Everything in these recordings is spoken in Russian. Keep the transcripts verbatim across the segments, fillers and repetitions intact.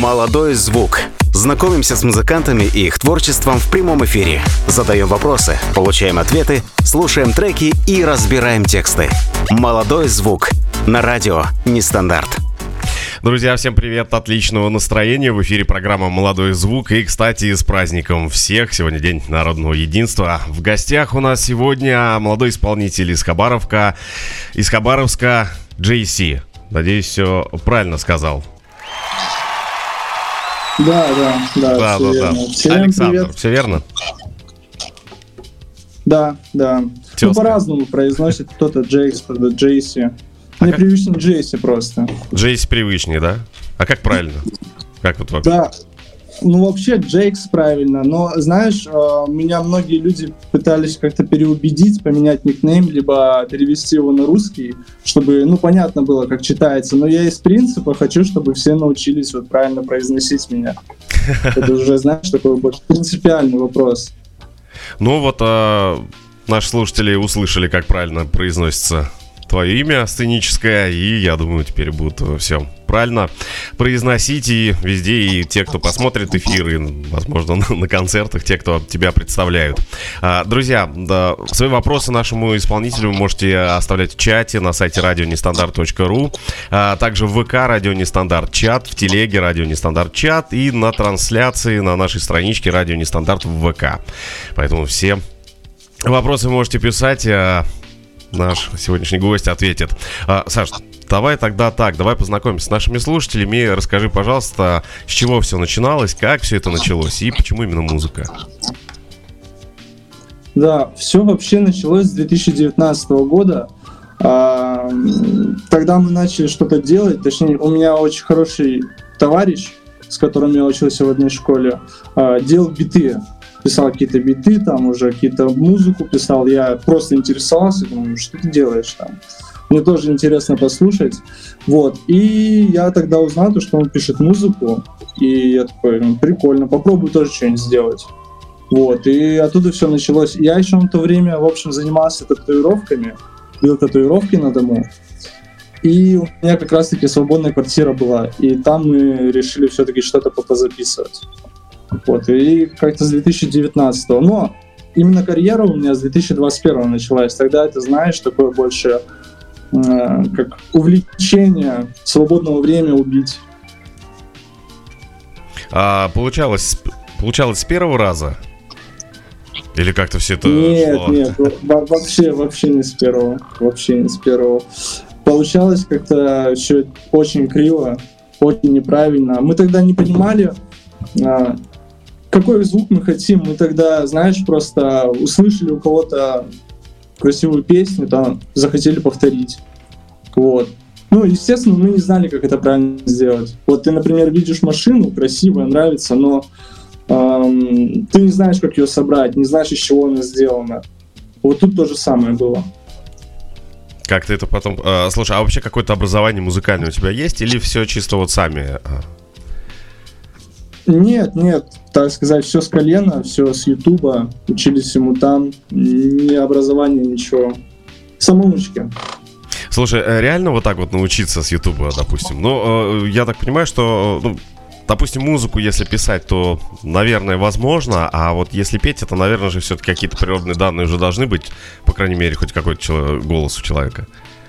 «Молодой звук». Знакомимся с музыкантами и их творчеством в прямом эфире. Задаем вопросы, получаем ответы, слушаем треки и разбираем тексты. «Молодой звук» на радио «Нестандарт». Друзья, всем привет, отличного настроения. В эфире программа «Молодой звук». И, кстати, с праздником всех. Сегодня День народного единства. В гостях у нас сегодня молодой исполнитель из Хабаровска, из Хабаровска джей си. Надеюсь, все правильно сказал. Да, да, да, да, все да, верно. да. Всем Александр, привет. все верно? Да, да. Тезка. Ну, по-разному произносит кто-то Джейс, кто-то Джейси. Мне А привычнее Джейси просто. джей си привычнее, да? А как правильно? Как вот вообще? Да. Ну, вообще, Джейкс правильно, но, знаешь, меня многие люди пытались как-то переубедить, поменять никнейм, либо перевести его на русский, чтобы, ну, понятно было, как читается, но я из принципа хочу, чтобы все научились вот правильно произносить меня. Это уже, знаешь, такой больше принципиальный вопрос. Ну вот, а, наши слушатели услышали, как правильно произносится твое имя сценическое, и я думаю, теперь будут все правильно произносить и везде, и те, кто посмотрит эфир, и, возможно, на, на концертах, те, кто тебя представляют. А, друзья, да, свои вопросы нашему исполнителю вы можете оставлять в чате на сайте радио нестандарт точка ру, а также в ВК Радио Нестандарт чат, в телеге Радио Нестандарт чат и на трансляции на нашей страничке Радио Нестандарт в ВК. Поэтому все вопросы можете писать, а наш сегодняшний гость ответит. А, Саш, давай тогда так, давай познакомимся с нашими слушателями. Расскажи, пожалуйста, с чего все начиналось, как все это началось и почему именно музыка? Да, все вообще началось с две тысячи девятнадцатого года. А, тогда мы начали что-то делать, точнее, у меня очень хороший товарищ, с которым я учился в одной школе, а, делал биты. Писал какие-то биты, там уже какие-то музыку писал. Я просто интересовался, думаю, что ты делаешь там. Мне тоже интересно послушать. Вот. И я тогда узнал, что он пишет музыку. И я такой, ну, прикольно, попробую тоже что-нибудь сделать. Вот. И оттуда все началось. Я еще в то время, в общем, занимался татуировками. Бил татуировки на дому. И у меня как раз-таки свободная квартира была. И там мы решили все-таки что-то позаписывать. Вот, и как-то с две тысячи девятнадцатого. Но именно карьера у меня с две тысячи двадцать первого началась. Тогда, ты знаешь, такое больше э, как увлечение, свободного времени убить. А получалось, получалось с первого раза? Или как-то все это Нет, шло? нет, вообще, вообще не с первого. Вообще не с первого. Получалось как-то все очень криво, очень неправильно. Мы тогда не понимали, э, какой звук мы хотим. Мы тогда, знаешь, просто услышали у кого-то красивую песню, там, захотели повторить. Вот. Ну, естественно, мы не знали, как это правильно сделать. Вот ты, например, видишь машину, красивая, нравится, но эм, ты не знаешь, как ее собрать, не знаешь, из чего она сделана. Вот тут то же самое было. Как ты это потом... А, слушай, а вообще какое-то образование музыкальное у тебя есть? Или все чисто вот сами... Нет, нет, так сказать, все с колена, все с Ютуба, учились всему там, ни образования, ничего, самоучки. Слушай, реально вот так вот научиться с Ютуба, допустим? Ну, я так понимаю, что, ну, допустим, музыку, если писать, то, наверное, возможно, а вот если петь, это, наверное, же все-таки какие-то природные данные уже должны быть, по крайней мере, хоть какой-то голос у человека.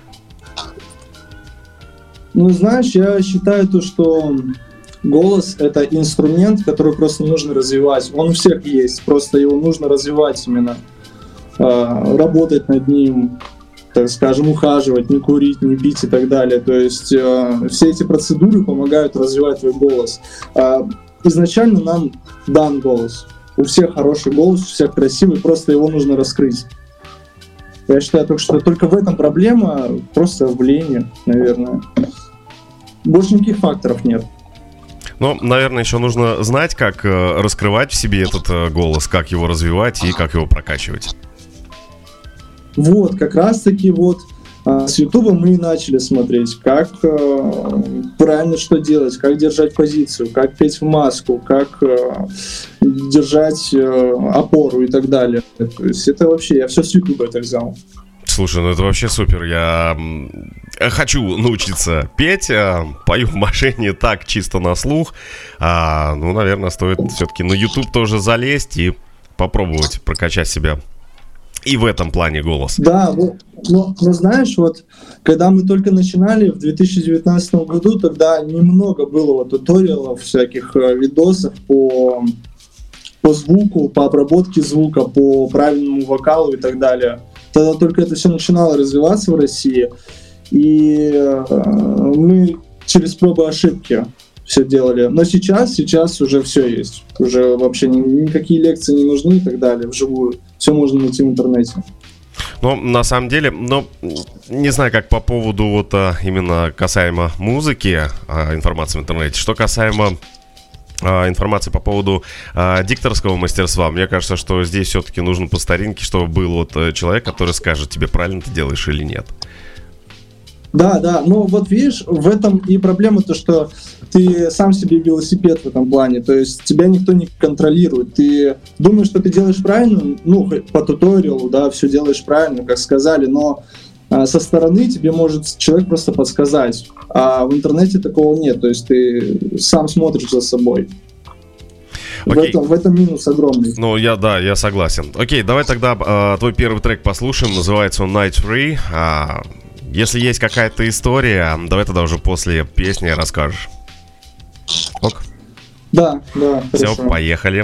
Ну, знаешь, я считаю то, что... Голос — это инструмент, который просто нужно развивать. Он у всех есть, просто его нужно развивать именно. Э, работать над ним, так скажем, ухаживать, не курить, не пить и так далее. То есть э, все эти процедуры помогают развивать твой голос. Э, изначально нам дан голос. У всех хороший голос, у всех красивый, просто его нужно раскрыть. Я считаю, что только в этом проблема, просто в лени, наверное. Больше никаких факторов нет. Ну, наверное, еще нужно знать, как э, раскрывать в себе этот э, голос, как его развивать и как его прокачивать. Вот, как раз-таки вот э, с Ютуба мы и начали смотреть, как э, правильно что делать, как держать позицию, как петь в маску, как э, держать э, опору и так далее. То есть это вообще, я все с Ютуба это взял. Слушай, ну это вообще супер. Я хочу научиться петь. Пою в машине так, чисто на слух. а, Ну, наверное, стоит все-таки на YouTube тоже залезть и попробовать прокачать себя и в этом плане голос. Да, ну, ну, ну знаешь, вот когда мы только начинали в две тысячи девятнадцатом году, тогда немного было вот туториалов, всяких э, видосов по, по звуку, по обработке звука, по правильному вокалу и так далее. Тогда только это все начинало развиваться в России, и э, мы через пробы и ошибки все делали. Но сейчас, сейчас уже все есть. Уже вообще ни, никакие лекции не нужны и так далее, вживую. Все можно найти в интернете. Ну, на самом деле, ну, не знаю, как по поводу вот а, именно касаемо музыки, а, информации в интернете. Что касаемо а, информации по поводу а, дикторского мастерства, мне кажется, что здесь все-таки нужно по старинке, чтобы был вот человек, который скажет тебе, правильно ты делаешь или нет. Да, да, но вот видишь, в этом и проблема то, что ты сам себе велосипед в этом плане, то есть тебя никто не контролирует, ты думаешь, что ты делаешь правильно, ну, по туториалу, да, все делаешь правильно, как сказали, но а, со стороны тебе может человек просто подсказать, а в интернете такого нет, то есть ты сам смотришь за собой. В этом, в этом минус огромный. Ну, я, да, я согласен. Окей, давай тогда э, твой первый трек послушаем, называется он Night Free. А, если есть какая-то история, давай тогда уже после песни расскажешь. Ок? Да, да, все, хорошо. Поехали.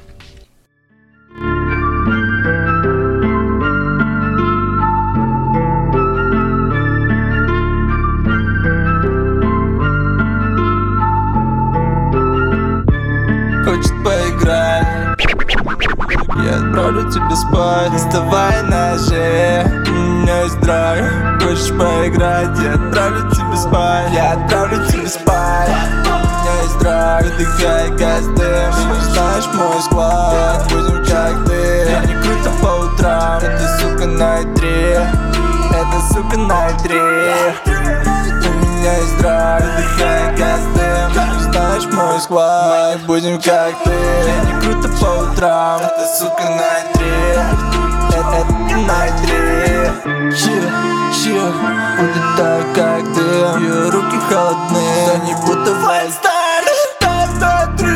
Хочет поиграть, я отправлю тебя спать. Вставай на же, у меня есть драйв. Хочешь поиграть, я отправлю тебя спать. Я отправлю тебя спать. У меня есть драйв, выдыхай газ дым. Ты не знаешь мой склад, будем как ты. Не круто по утрам, это сука Night три. Это сука Night три. У меня есть драйв, выдыхай газ дым. Ты не знаешь мой склад, мы будем как ты. Не круто по утрам, это сука Night три. Это, это Night три. Yeah, yeah, будет так, как ты. Ее руки холодны, они будто Вальстар. Night три.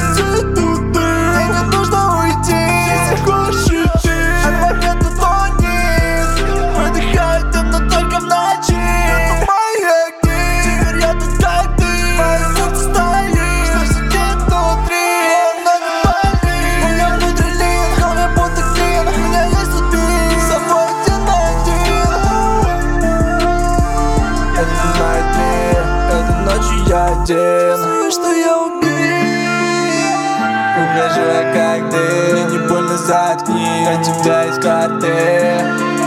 Мне нужно уйти, если хочешь идти. От момента тонет, выдыхай дым, но только в ночи. Это мои огни, теперь я тут как ты. Мое сердце стоит, что сидит внутри. Много болит, у меня внутри лин, в голове будто клин. У меня есть тут бит, с собой один на один. Это Night три, этой ночью я один. Знаешь, что я убил. Ухожу я как ты, мне не больно, заткни. У тебя есть карты.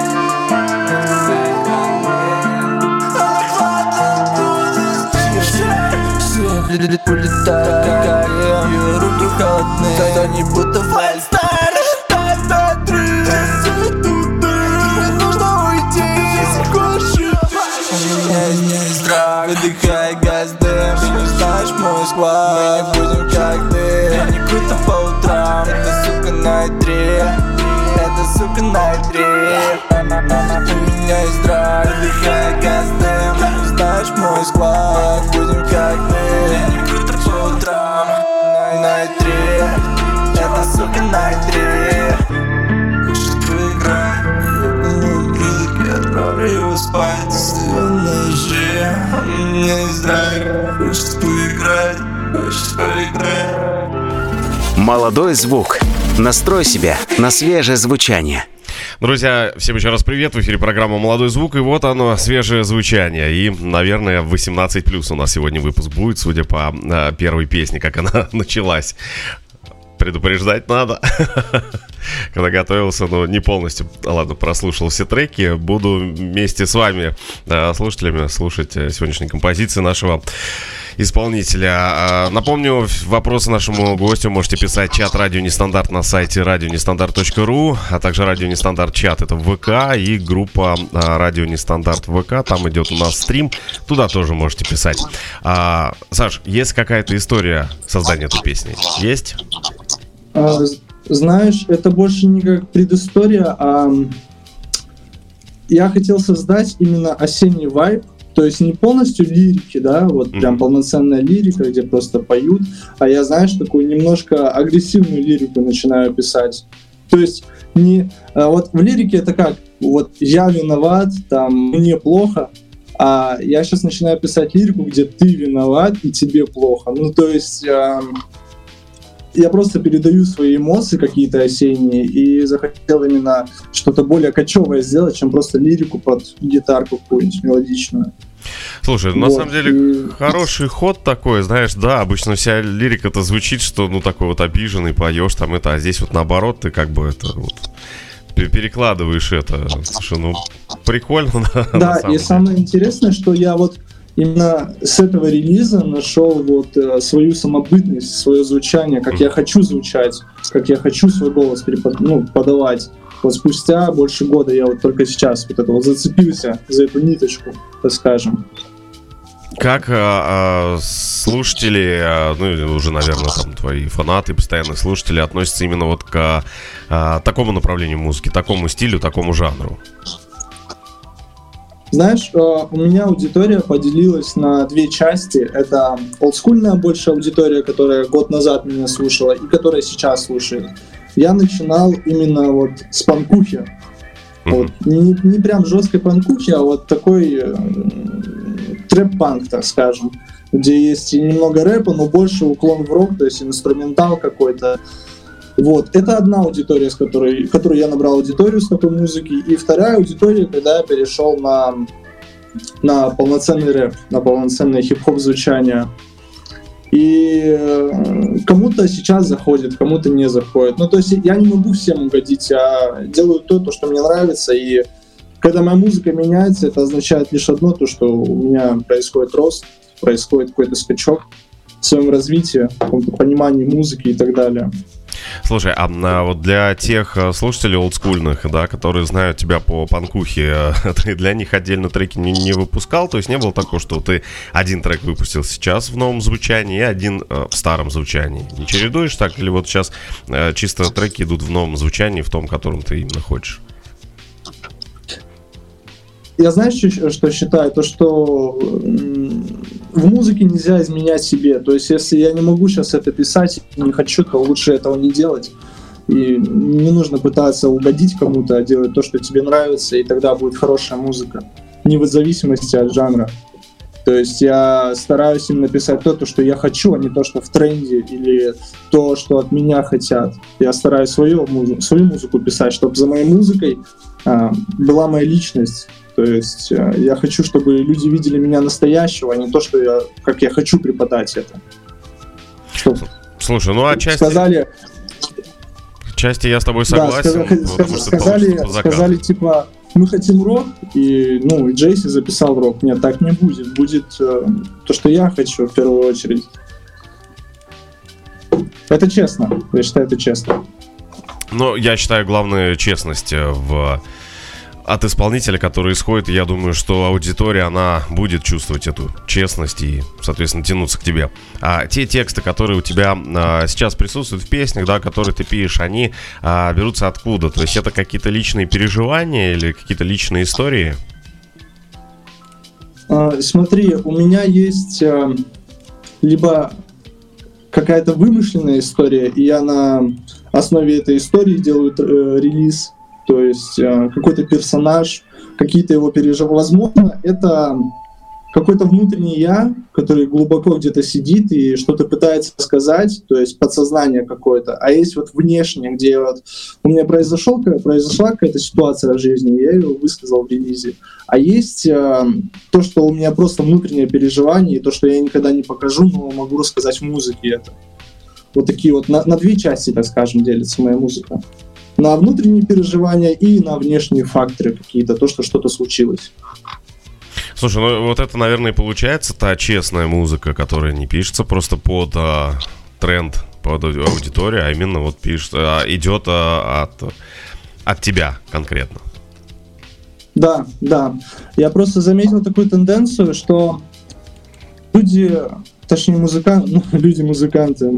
Улетаю как Карим, ее руки холодны, они будто Вальстар. Night три. Мне нужно уйти, если хочешь идти. У меня есть драйв, выдыхай газ дым. Ты не знаешь мой склад, мы не будем как ты. Не круто по утрам, это сука Night три. Это сука Night три. У меня есть драйв, выдыхай газ дым. Ты не знаешь мой склад, мы будем как ты. Не круто по утрам, Night три. Это сука Night три. Хочешь поиграть, я отправлю его спать. Стоял на же, у меня есть драйв. Хочешь поиграть, хочешь поиграть. Молодой звук. Настрой себя на свежее звучание. Друзья, всем еще раз привет. В эфире программа «Молодой звук». И вот оно, свежее звучание. И, наверное, восемнадцать плюс у нас сегодня выпуск будет, судя по э, первой песне, как она началась. Предупреждать надо. Когда готовился, но не полностью, ладно, прослушал все треки. Буду вместе с вами, э, слушателями, слушать сегодняшние композиции нашего исполнителя. Напомню, вопросы нашему гостю можете писать в чат «Радио Нестандарт» на сайте радио нестандарт точка ру, а также «Радио Нестандарт» чат, это в ВК, и группа «Радио Нестандарт» в ВК, там идет у нас стрим, туда тоже можете писать. а, Саш, есть какая-то история создания этой песни? Есть? А, знаешь, это больше не как предыстория, а я хотел создать именно осенний вайб, то есть не полностью лирики, да, вот mm-hmm. прям полноценная лирика, где просто поют, а я, знаешь, такую немножко агрессивную лирику начинаю писать. То есть не, а вот в лирике это как, вот я виноват, там, мне плохо, а я сейчас начинаю писать лирику, где ты виноват и тебе плохо. Ну, то есть э, я просто передаю свои эмоции какие-то осенние и захотел именно что-то более кочевое сделать, чем просто лирику под гитарку какую-нибудь мелодичную. Слушай, вот. На самом деле и... хороший ход такой, знаешь, да, обычно вся лирика-то звучит, что ну такой вот обиженный, поешь там это, а здесь вот наоборот ты как бы это вот перекладываешь это. Слушай, ну прикольно, да. Да, и деле. Самое интересное, что я вот именно с этого релиза нашел вот э, свою самобытность, свое звучание, как mm. я хочу звучать, как я хочу свой голос перепод... ну, подавать. Вот спустя больше года я вот только сейчас вот это вот зацепился за эту ниточку, так скажем. Как а, а, слушатели, а, ну или уже, наверное, там твои фанаты, постоянные слушатели относятся именно вот к а, такому направлению музыки, такому стилю, такому жанру? Знаешь, у меня аудитория поделилась на две части. Это олдскульная больше аудитория, которая год назад меня слушала и которая сейчас слушает. Я начинал именно вот с панкухи. Mm-hmm. Вот. Не, не прям жесткой панкухи, а вот такой э, трэп-панк, так скажем, где есть и немного рэпа, но больше уклон в рок, то есть инструментал какой-то. Вот, это одна аудитория, с которой, которую я набрал аудиторию с такой музыки. И вторая аудитория, когда я перешел на, на полноценный рэп, на полноценное хип-хоп звучание. И кому-то сейчас заходит, кому-то не заходит. Ну, то есть я не могу всем угодить, а делаю то, то, что мне нравится. И когда моя музыка меняется, это означает лишь одно, то, что у меня происходит рост, происходит какой-то скачок в своем развитии, в каком-то понимании музыки и так далее. Слушай, а, а вот для тех слушателей олдскульных, да, которые знают тебя по панкухе, ты для них отдельно треки не, не выпускал? То есть не было такого, что ты один трек выпустил сейчас в новом звучании и один э, в старом звучании? Не чередуешь так? Или вот сейчас э, чисто треки идут в новом звучании, в том, котором ты именно хочешь? Я знаешь, что считаю? То, что в музыке нельзя изменять себе. То есть, если я не могу сейчас это писать, не хочу, то лучше этого не делать. И не нужно пытаться угодить кому-то, а делать то, что тебе нравится, и тогда будет хорошая музыка. Не в зависимости от жанра. То есть я стараюсь именно писать то, то, что я хочу, а не то, что в тренде, или то, что от меня хотят. Я стараюсь свою, свою музыку писать, чтобы за моей музыкой а, была моя личность. То есть э, я хочу, чтобы люди видели меня настоящего, а не то, что я, как я хочу преподать это. Чтоб Слушай, ну а части... Сказали... Части я с тобой согласен. Да, сказали, сказали, сказали, типа, мы хотим рок, и, ну, и Джейси записал рок. Нет, так не будет. Будет э, то, что я хочу, в первую очередь. Это честно. Я считаю, это честно. Ну, я считаю, главное честность в... от исполнителя, который исходит, я думаю, что аудитория, она будет чувствовать эту честность и, соответственно, тянуться к тебе. А те тексты, которые у тебя а, сейчас присутствуют в песнях, да, которые ты пишешь, они а, берутся откуда? То есть это какие-то личные переживания или какие-то личные истории? А, смотри, у меня есть а, либо какая-то вымышленная история, и я на основе этой истории делаю э, релиз. То есть э, какой-то персонаж, какие-то его переживания. Возможно, это какой-то внутренний я, который глубоко где-то сидит и что-то пытается сказать, то есть подсознание какое-то. А есть вот внешнее, где вот у меня произошел, произошла какая-то ситуация в жизни, я ее высказал в релизе. А есть э, то, что у меня просто внутреннее переживание, и то, что я никогда не покажу, но могу рассказать в музыке это. Вот такие вот на, на две части, так скажем, делится моя музыка. На внутренние переживания и на внешние факторы какие-то, то, что что-то случилось. Слушай, ну вот это, наверное, и получается та честная музыка, которая не пишется просто под а, тренд, под аудиторию, а именно вот пишет, а, идет а, от, от тебя конкретно. Да, да. Я просто заметил такую тенденцию, что люди, точнее музыканты, ну, люди-музыканты,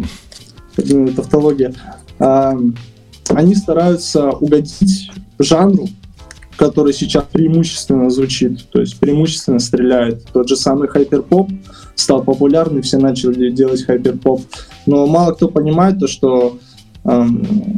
тавтология, а, они стараются угодить жанру, который сейчас преимущественно звучит, то есть преимущественно стреляет. Тот же самый хайперпоп стал популярный, все начали делать хайперпоп. Но мало кто понимает то, что эм,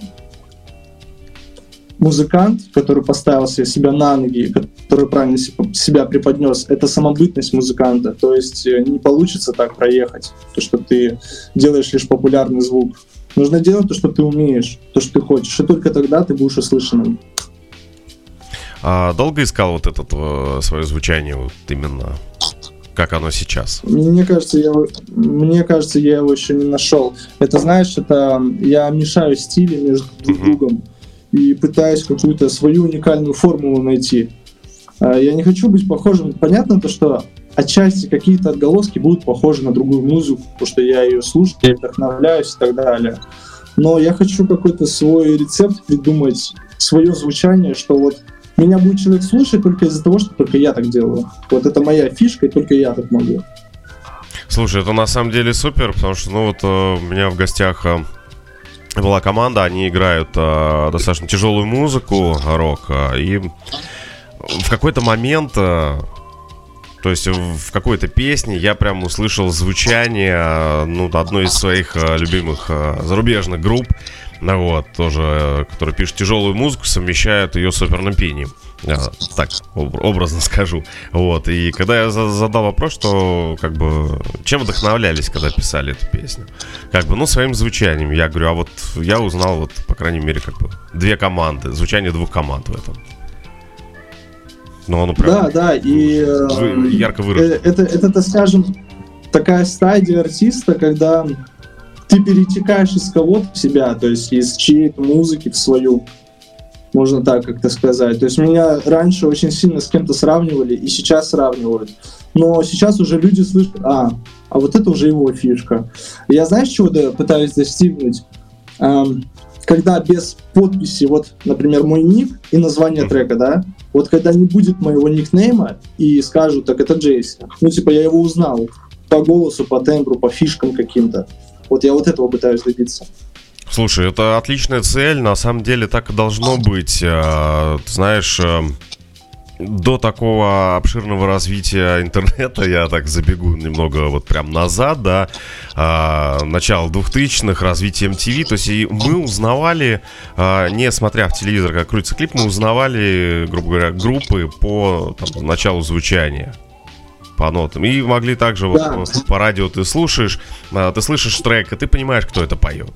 музыкант, который поставил себя на ноги, который правильно себя преподнес, это самобытность музыканта. То есть не получится так проехать, то, что ты делаешь лишь популярный звук. Нужно делать то, что ты умеешь, то, что ты хочешь, и только тогда ты будешь услышанным. А долго искал вот это э, свое звучание, вот именно как оно сейчас? Мне кажется, я, мне кажется, я его еще не нашел. Это, знаешь, это я мешаю стили между друг другом и пытаюсь какую-то свою уникальную формулу найти. Я не хочу быть похожим. Понятно то, что отчасти какие-то отголоски будут похожи на другую музыку, потому что я ее слушаю, я вдохновляюсь и так далее. Но я хочу какой-то свой рецепт придумать, свое звучание, что вот меня будет человек слушать только из-за того, что только я так делаю. Вот это моя фишка, и только я так могу. Слушай, это на самом деле супер, потому что, ну вот, у меня в гостях была команда, они играют э, достаточно тяжелую музыку, рок, э, и в какой-то момент, э, то есть в какой-то песне я прям услышал звучание э, ну, одной из своих э, любимых э, зарубежных групп, ну, вот, тоже, э, которая пишет тяжелую музыку, совмещает ее с оперным пением. А, так, об- образно скажу. Вот. И когда я за- задал вопрос, что как бы чем вдохновлялись, когда писали эту песню? Как бы, ну, своим звучанием. Я говорю, а вот я узнал, вот, по крайней мере, как бы две команды, звучание двух команд в этом. Ну, оно прям Да, да, и вы- ярко выражено. э, это, это, это, скажем, такая стадия артиста, когда ты перетекаешь из кого-то в себя, то есть из чьей-то музыки в свою. Можно так как-то сказать. То есть меня раньше очень сильно с кем-то сравнивали, и сейчас сравнивают. Но сейчас уже люди слышат, а, а вот это уже его фишка. Я, знаешь, чего да, пытаюсь достигнуть? Эм, когда без подписи, вот, например, мой ник и название трека, да, вот когда не будет моего никнейма и скажут, так это Джейси. Ну, типа, я его узнал по голосу, по тембру, по фишкам каким-то. Вот я вот этого пытаюсь добиться. Слушай, это отличная цель, на самом деле так и должно быть. Э, Ты знаешь, э, до такого обширного развития интернета, я так забегу немного вот прям назад, да, э, начало двухтысячных, развитие эм ти ви, то есть и мы узнавали, э, не смотря в телевизор, как крутится клип, мы узнавали, грубо говоря, группы по там, началу звучания. По нотам. И могли также Да. вот, по радио ты слушаешь, э, ты слышишь трек, и ты понимаешь, кто это поет.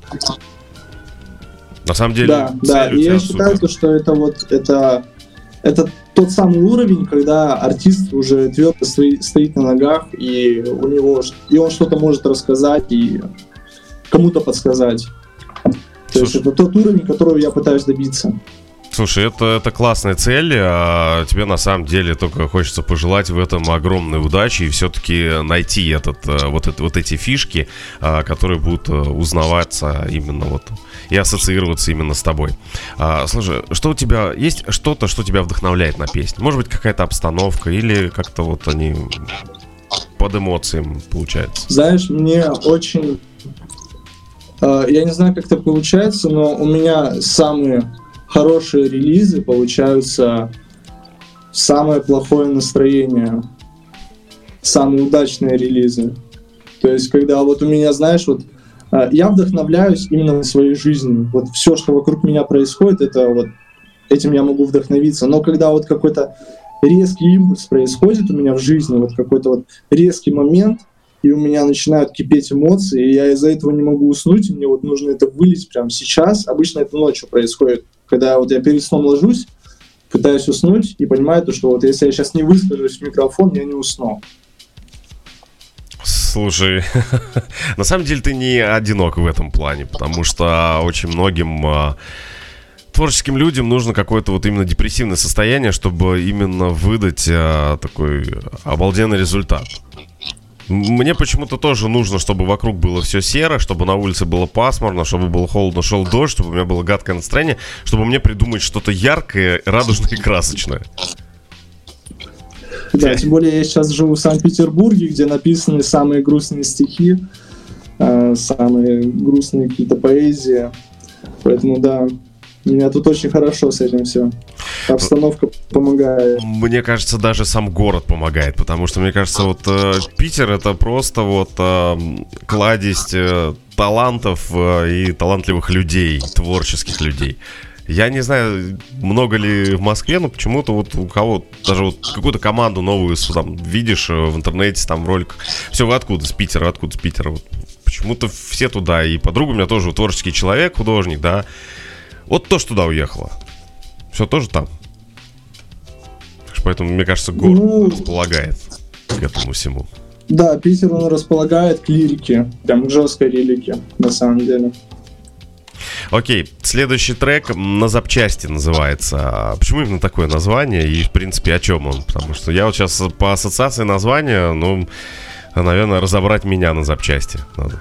На самом деле, Да, да, цель у и тебя я считаю, супер. то, что это вот это, это тот самый уровень, когда артист уже твердо стоит, стоит на ногах, и у него ш- и он что-то может рассказать и кому-то подсказать. То есть Слушай. это тот уровень, которого я пытаюсь добиться. Слушай, это, это классная цель, а тебе на самом деле только хочется пожелать в этом огромной удачи и все-таки найти этот, э, вот, это, вот эти фишки, а, которые будут э, узнаваться именно вот и ассоциироваться именно с тобой. А, слушай, что у тебя, есть что-то, что тебя вдохновляет на песне? Может быть, какая-то обстановка или как-то вот они под эмоциям получается? Знаешь, мне очень... э, я не знаю, как это получается, но у меня самые хорошие релизы получаются в самое плохое настроение. Самые удачные релизы. То есть, когда вот у меня, знаешь, вот э, я вдохновляюсь именно своей жизнью. Вот все, что вокруг меня происходит, это вот этим я могу вдохновиться. Но когда вот какой-то резкий импульс происходит у меня в жизни, вот какой-то вот резкий момент, и у меня начинают кипеть эмоции, и я из-за этого не могу уснуть, и мне вот нужно это вылить прямо сейчас. Обычно это ночью происходит, когда вот я перед сном ложусь, пытаюсь уснуть, и понимаю, то, что вот если я сейчас не выскажусь в микрофон, я не усну. Слушай, на самом деле ты не одинок в этом плане, потому что очень многим а, творческим людям нужно какое-то вот именно депрессивное состояние, чтобы именно выдать а, такой обалденный результат. Мне почему-то тоже нужно, чтобы вокруг было все серо, чтобы на улице было пасмурно, чтобы было холодно, шел дождь, чтобы у меня было гадкое настроение, чтобы мне придумать что-то яркое, радужное и красочное. Да, тем более я сейчас живу в Санкт-Петербурге, где написаны самые грустные стихи, э, самые грустные какие-то поэзии. Поэтому, да, У меня тут очень хорошо с этим все. Обстановка помогает. Мне кажется, даже сам город помогает, потому что, мне кажется, вот э, Питер — это просто вот э, кладезь э, талантов э, и талантливых людей, творческих людей. Я не знаю, много ли в Москве, но почему-то вот у кого даже вот какую-то команду новую там видишь в интернете, там в роликах. Все, вы откуда? С Питера, откуда с Питера? Вот почему-то все туда. И подруга у меня тоже творческий человек, художник, да. Вот тоже туда уехала. Все тоже там. Поэтому, мне кажется, город ну, располагает к этому всему. Да, Питер, он располагает к лирике. Прям к жесткой лирике, на самом деле. Окей, следующий трек «На запчасти» называется. Почему именно такое название и, в принципе, о чем он? Потому что я вот сейчас по ассоциации названия, ну, наверное, разобрать меня на запчасти надо.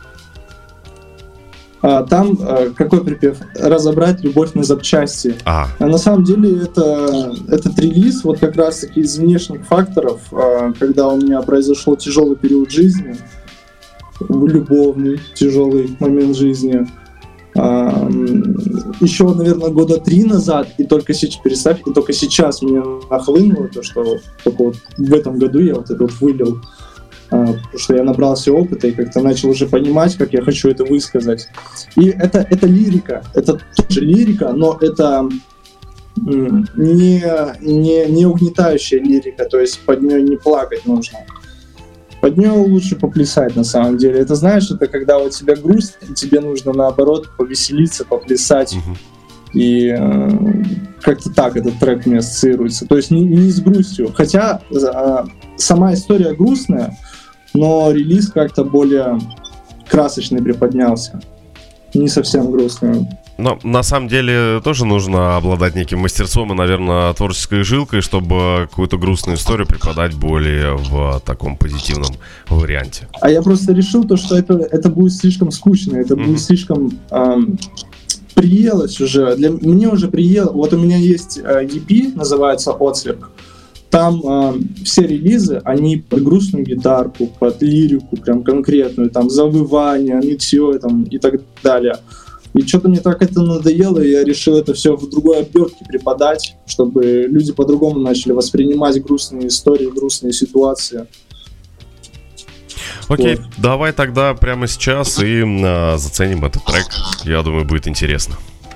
А, там а, какой припев? Разобрать любовь на запчасти. А. А на самом деле это, этот релиз вот как раз-таки из внешних факторов, а, когда у меня произошел тяжелый период жизни, любовный тяжелый момент жизни. А, еще, наверное, года три назад, и только сейчас, представь, и только сейчас мне нахлынуло то, что только вот в этом году я вот это вот вылил, а, потому что я набрался опыта и как-то начал уже понимать, как я хочу это высказать. И это, это лирика, это тоже лирика, но это не, не, не угнетающая лирика, то есть под нее не плакать нужно. Под нее лучше поплясать, на самом деле. Это, знаешь, это когда у тебя грусть, и тебе нужно, наоборот, повеселиться, поплясать. Uh-huh. И э, как-то так этот трек мне ассоциируется. То есть не, не с грустью. Хотя э, сама история грустная, но релиз как-то более красочный приподнялся. Не совсем грустный. Но на самом деле тоже нужно обладать неким мастерством и, наверное, творческой жилкой, чтобы какую-то грустную историю преподать более в таком позитивном варианте. А я просто решил то, что это, это будет слишком скучно, это mm-hmm. будет слишком... Эм, приелось уже, для, мне уже приело. Вот у меня есть э, и пи, называется «Отсверк». Там э, все релизы, они под грустную гитарку, под лирику прям конкретную, там завывание, нытье там, и так далее. И что-то мне так это надоело, и я решил это все в другой обертке преподать, чтобы люди по-другому начали воспринимать грустные истории, грустные ситуации. Окей, вот. Давай тогда прямо сейчас и а, заценим этот трек. Я думаю, будет интересно.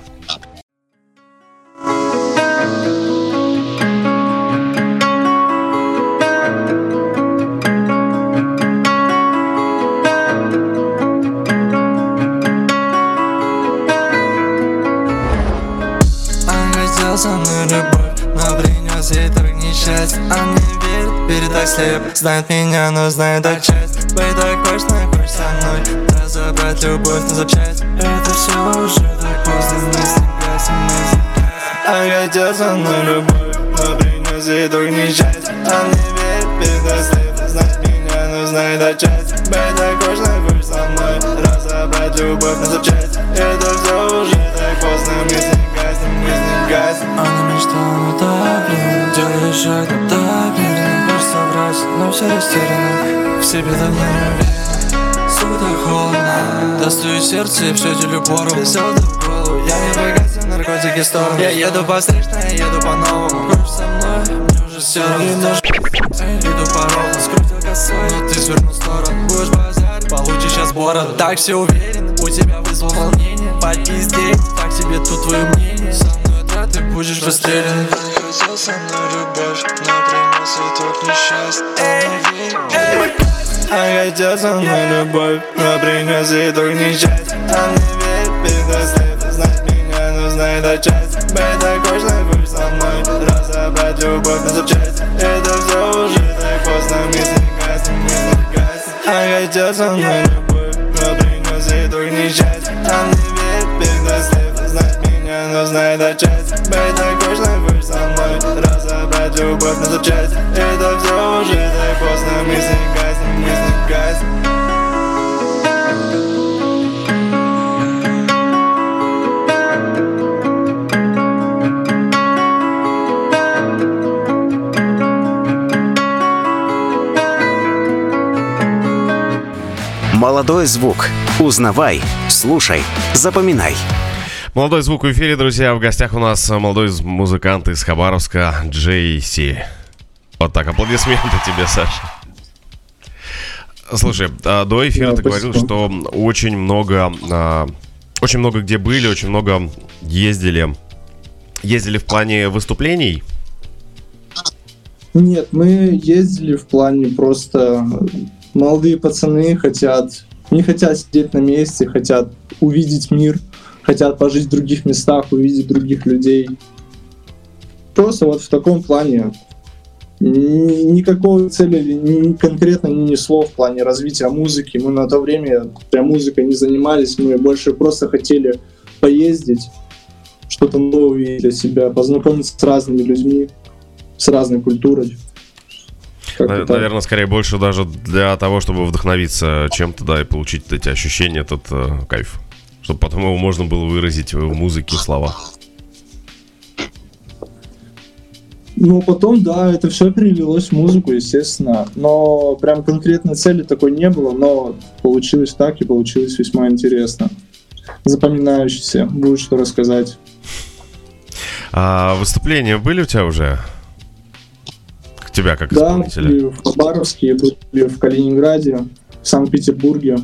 Со мной любовь, но принес ей так несчастье. Он не верит, верит так слеп. Знает меня, но знает так часть. Быть так точно, хочешь со мной разобрать любовь на запчасть. Это все уже так поздно. Мы с ним гасим, мы с ним гасим. А хотел со мной любовь, но принес ей так несчастье. Он не верит, верит так слеп. Знает меня, но знает так часть. Быть так точно, хочешь со мной разобрать любовь на запчасть. Это все уже так поздно. Мы с ним гасим, мы с ним гасим. Она мечтала, но так, блин, делает шаг, но так, блин, хочешь собрать, но все растеряно, в себе давно не уверен. Сука, так холодно, достаю сердце и все делю пору. Все это в голову, я не погасил наркотики в сторону. Я еду по встречной, я еду по-новому. Хочешь со мной, мне уже все равно. Иду по ровно, скрутил косой, но ты свернул в сторону. Будешь базарить, получишь сейчас бороду. Так все уверен, у тебя вызвал волнение. Попиздеть, так себе тут твое мнение. Со мной да, ты будешь расстрелян. Ты хотел со мной любовь, но принес ей только несчастье. А хотел со мной любовь, но принес ей только несчастье. Он не верит, передослед, знает меня, но знает так часть. Быть так точно, хочешь со мной разобрать любовь на запчасти. Это все уже так поздно, мы с ним гасим, мы с ним гасим. А хотел со мной любовь, но принес ей только несчастье. Он не верит, передослед, знает меня, но знает так часть. Быть так точно, хочешь со мной разобрать любовь на запчасти. Это все уже так поздно, мы с ним гасим, мы с ним гасим. Молодой звук. Узнавай, слушай, запоминай. Молодой звук в эфире, друзья. В гостях у нас молодой музыкант из Хабаровска Джей Си. Вот так, аплодисменты тебе, Саша. Слушай, до эфира Да, ты говорил, что очень много, очень много где были, очень много ездили. Ездили в плане выступлений? Нет, мы ездили в плане просто молодые пацаны хотят, не хотят сидеть на месте, хотят увидеть мир, хотят пожить в других местах, увидеть других людей. Просто вот в таком плане. Ни- Никакой цели ни- конкретно не несло в плане развития музыки. Мы на то время прям музыкой не занимались, мы больше просто хотели поездить, что-то новое увидеть для себя, познакомиться с разными людьми, с разной культурой. Как-то Нав- так. Наверное, скорее больше даже для того, чтобы вдохновиться чем-то, да, и получить эти ощущения, этот э, кайф. Чтобы потом его можно было выразить в музыке, в словах. Ну, потом, да, это все перелилось в музыку, естественно. Но прям конкретной цели такой не было, но получилось так и получилось весьма интересно. Запоминающееся, будет что рассказать. А выступления были у тебя уже? К тебя как Да, исполнителя? были в Хабаровске, были в Калининграде, в Санкт-Петербурге.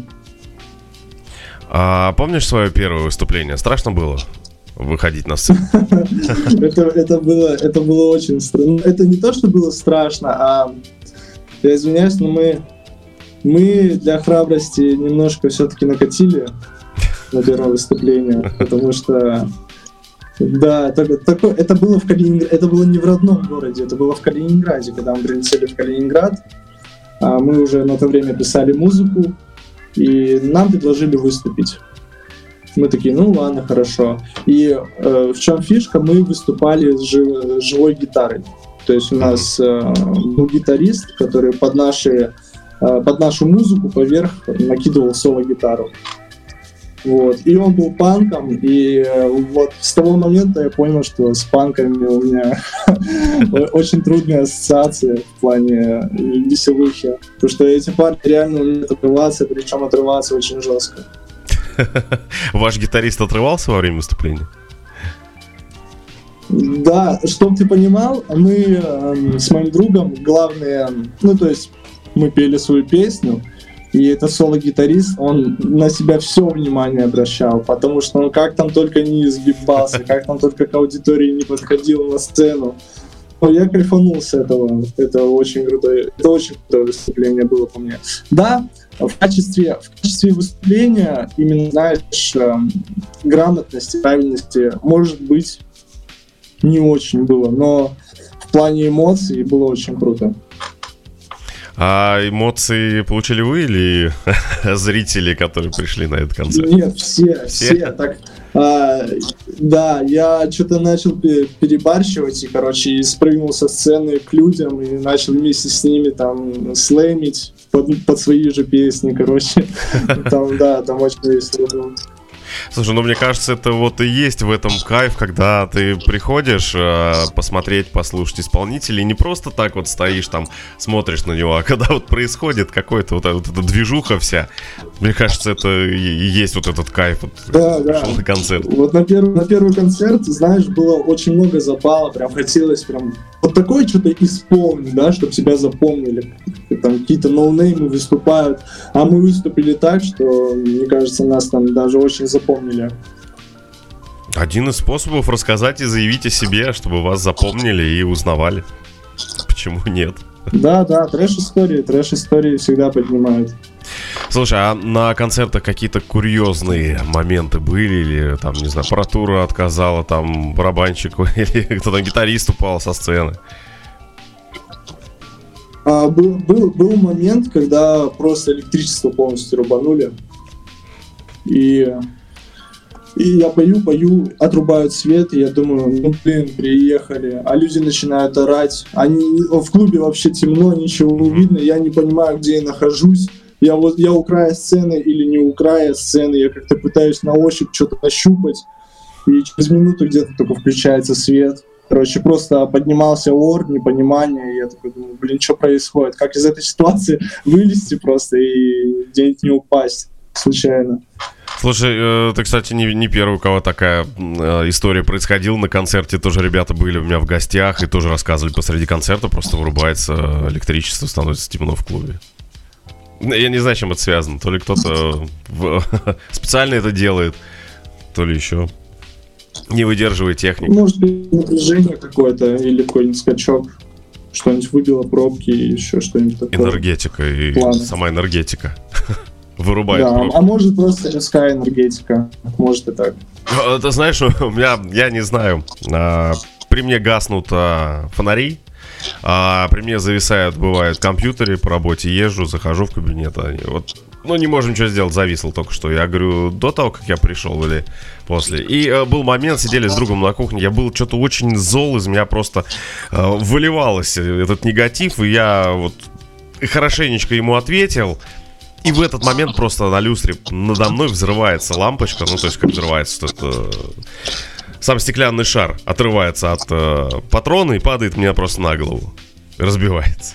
А помнишь свое первое выступление? Страшно было выходить на сцену? Это, это, было, это было очень странно. Это не то, что было страшно, а я извиняюсь, но мы, мы для храбрости немножко все-таки накатили на первое выступление, потому что да, это, такое, это было в Калининграде, это было не в родном городе, это было в Калининграде, когда мы прилетели в Калининград. А мы уже на то время писали музыку, и нам предложили выступить. Мы такие, ну ладно, хорошо. И э, в чем фишка? Мы выступали с жи- живой гитарой. То есть у нас э, был гитарист, который под, наши, э, под нашу музыку поверх накидывал соло-гитару. Вот. И он был панком, и э, вот с того момента я понял, что с панками у меня очень трудные ассоциации в плане веселухи. Потому что эти парни реально умеют отрываться, причем отрываться очень жестко. Ваш гитарист отрывался во время выступления? Да, чтоб ты понимал, мы э, с моим другом главные, ну то есть мы пели свою песню, и этот соло-гитарист, он на себя все внимание обращал, потому что он как там только не изгибался, как там только к аудитории не подходил на сцену. Но я кайфанул с этого, это очень крутое, это очень крутое выступление было по мне. Да, в качестве, в качестве выступления, именно, знаешь, э, грамотности, правильности, может быть, не очень было, но в плане эмоций было очень круто. А эмоции получили вы или зрители, которые пришли на этот концерт? Нет, все, Все? все. Так, а, да, я что-то начал пе- перебарщивать и, короче, и спрыгнул со сцены к людям и начал вместе с ними там слэмить под, под свои же песни, короче. Там, да, там очень весело было. Слушай, ну мне кажется, это вот и есть в этом кайф, когда ты приходишь э, посмотреть, послушать исполнителей, не просто так вот стоишь там, смотришь на него, а когда вот происходит какой-то вот, вот эта движуха вся, мне кажется, это и и есть вот этот кайф, вот, Да, да. пришел на концерт. Вот на первый, на первый концерт, знаешь, было очень много запала, прям хотелось прям вот такое что-то исполнить, да, чтобы себя запомнили. Там какие-то ноунеймы выступают, а мы выступили так, что, мне кажется, нас там даже очень запомнили. Один из способов рассказать и заявить о себе, чтобы вас запомнили и узнавали. Почему нет? Да, да, трэш-истории, трэш-истории всегда поднимают. Слушай, а на концертах какие-то курьезные моменты были? Или там, не знаю, аппаратура отказала там барабанщику, или кто-то гитарист упал со сцены? А, был, был, был момент, когда просто электричество полностью рубанули. И, и я пою, пою, отрубают свет, и я думаю, ну блин, приехали. А люди начинают орать. Они, в клубе вообще темно, ничего не видно, я не понимаю, где я нахожусь. Я, вот, я у края сцены или не у края сцены, я как-то пытаюсь на ощупь что-то нащупать. И через минуту где-то только включается свет. Короче, просто поднимался ор, непонимание, и я такой думаю, блин, что происходит? Как из этой ситуации вылезти просто и где-нибудь не упасть случайно? Слушай, э, ты, кстати, не, не первый, у кого такая э, история происходила. На концерте тоже ребята были у меня в гостях и тоже рассказывали, посреди концерта просто вырубается электричество, становится темно в клубе. Я не знаю, чем это связано. То ли кто-то в... специально это делает, то ли еще не выдерживает технику. Может быть, напряжение какое-то или какой-нибудь скачок. Что-нибудь выбило пробки и еще что-нибудь такое. Энергетика и Планы. Сама энергетика вырубает Да, пробки. а может просто людская энергетика. Может и так. Ты знаешь, у меня, я не знаю, а, при мне гаснут а, фонари, а при мне зависают, бывают, компьютеры, по работе езжу, захожу в кабинет, они вот, ну, не можем ничего сделать, зависло только что. Я говорю, до того, как я пришел или после. И а, был момент, сидели с другом на кухне, я был что-то очень зол, из меня просто а, выливалось этот негатив, и я вот хорошенечко ему ответил. И в этот момент просто на люстре надо мной взрывается лампочка. Ну, то есть, как взрывается это, сам стеклянный шар отрывается от э, патрона и падает мне просто на голову. Разбивается.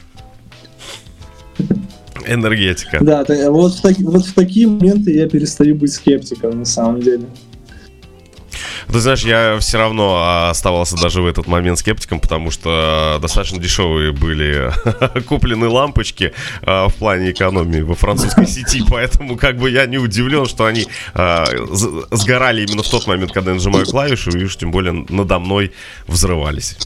Энергетика. Да, та- вот, в таки- вот в такие моменты я перестаю быть скептиком на самом деле. Ты знаешь, я все равно оставался даже в этот момент скептиком, потому что достаточно дешевые были куплены лампочки а, в плане экономии во французской сети, поэтому как бы я не удивлен, что они а, з- сгорали именно в тот момент, когда я нажимаю клавишу, и уж тем более надо мной взрывались.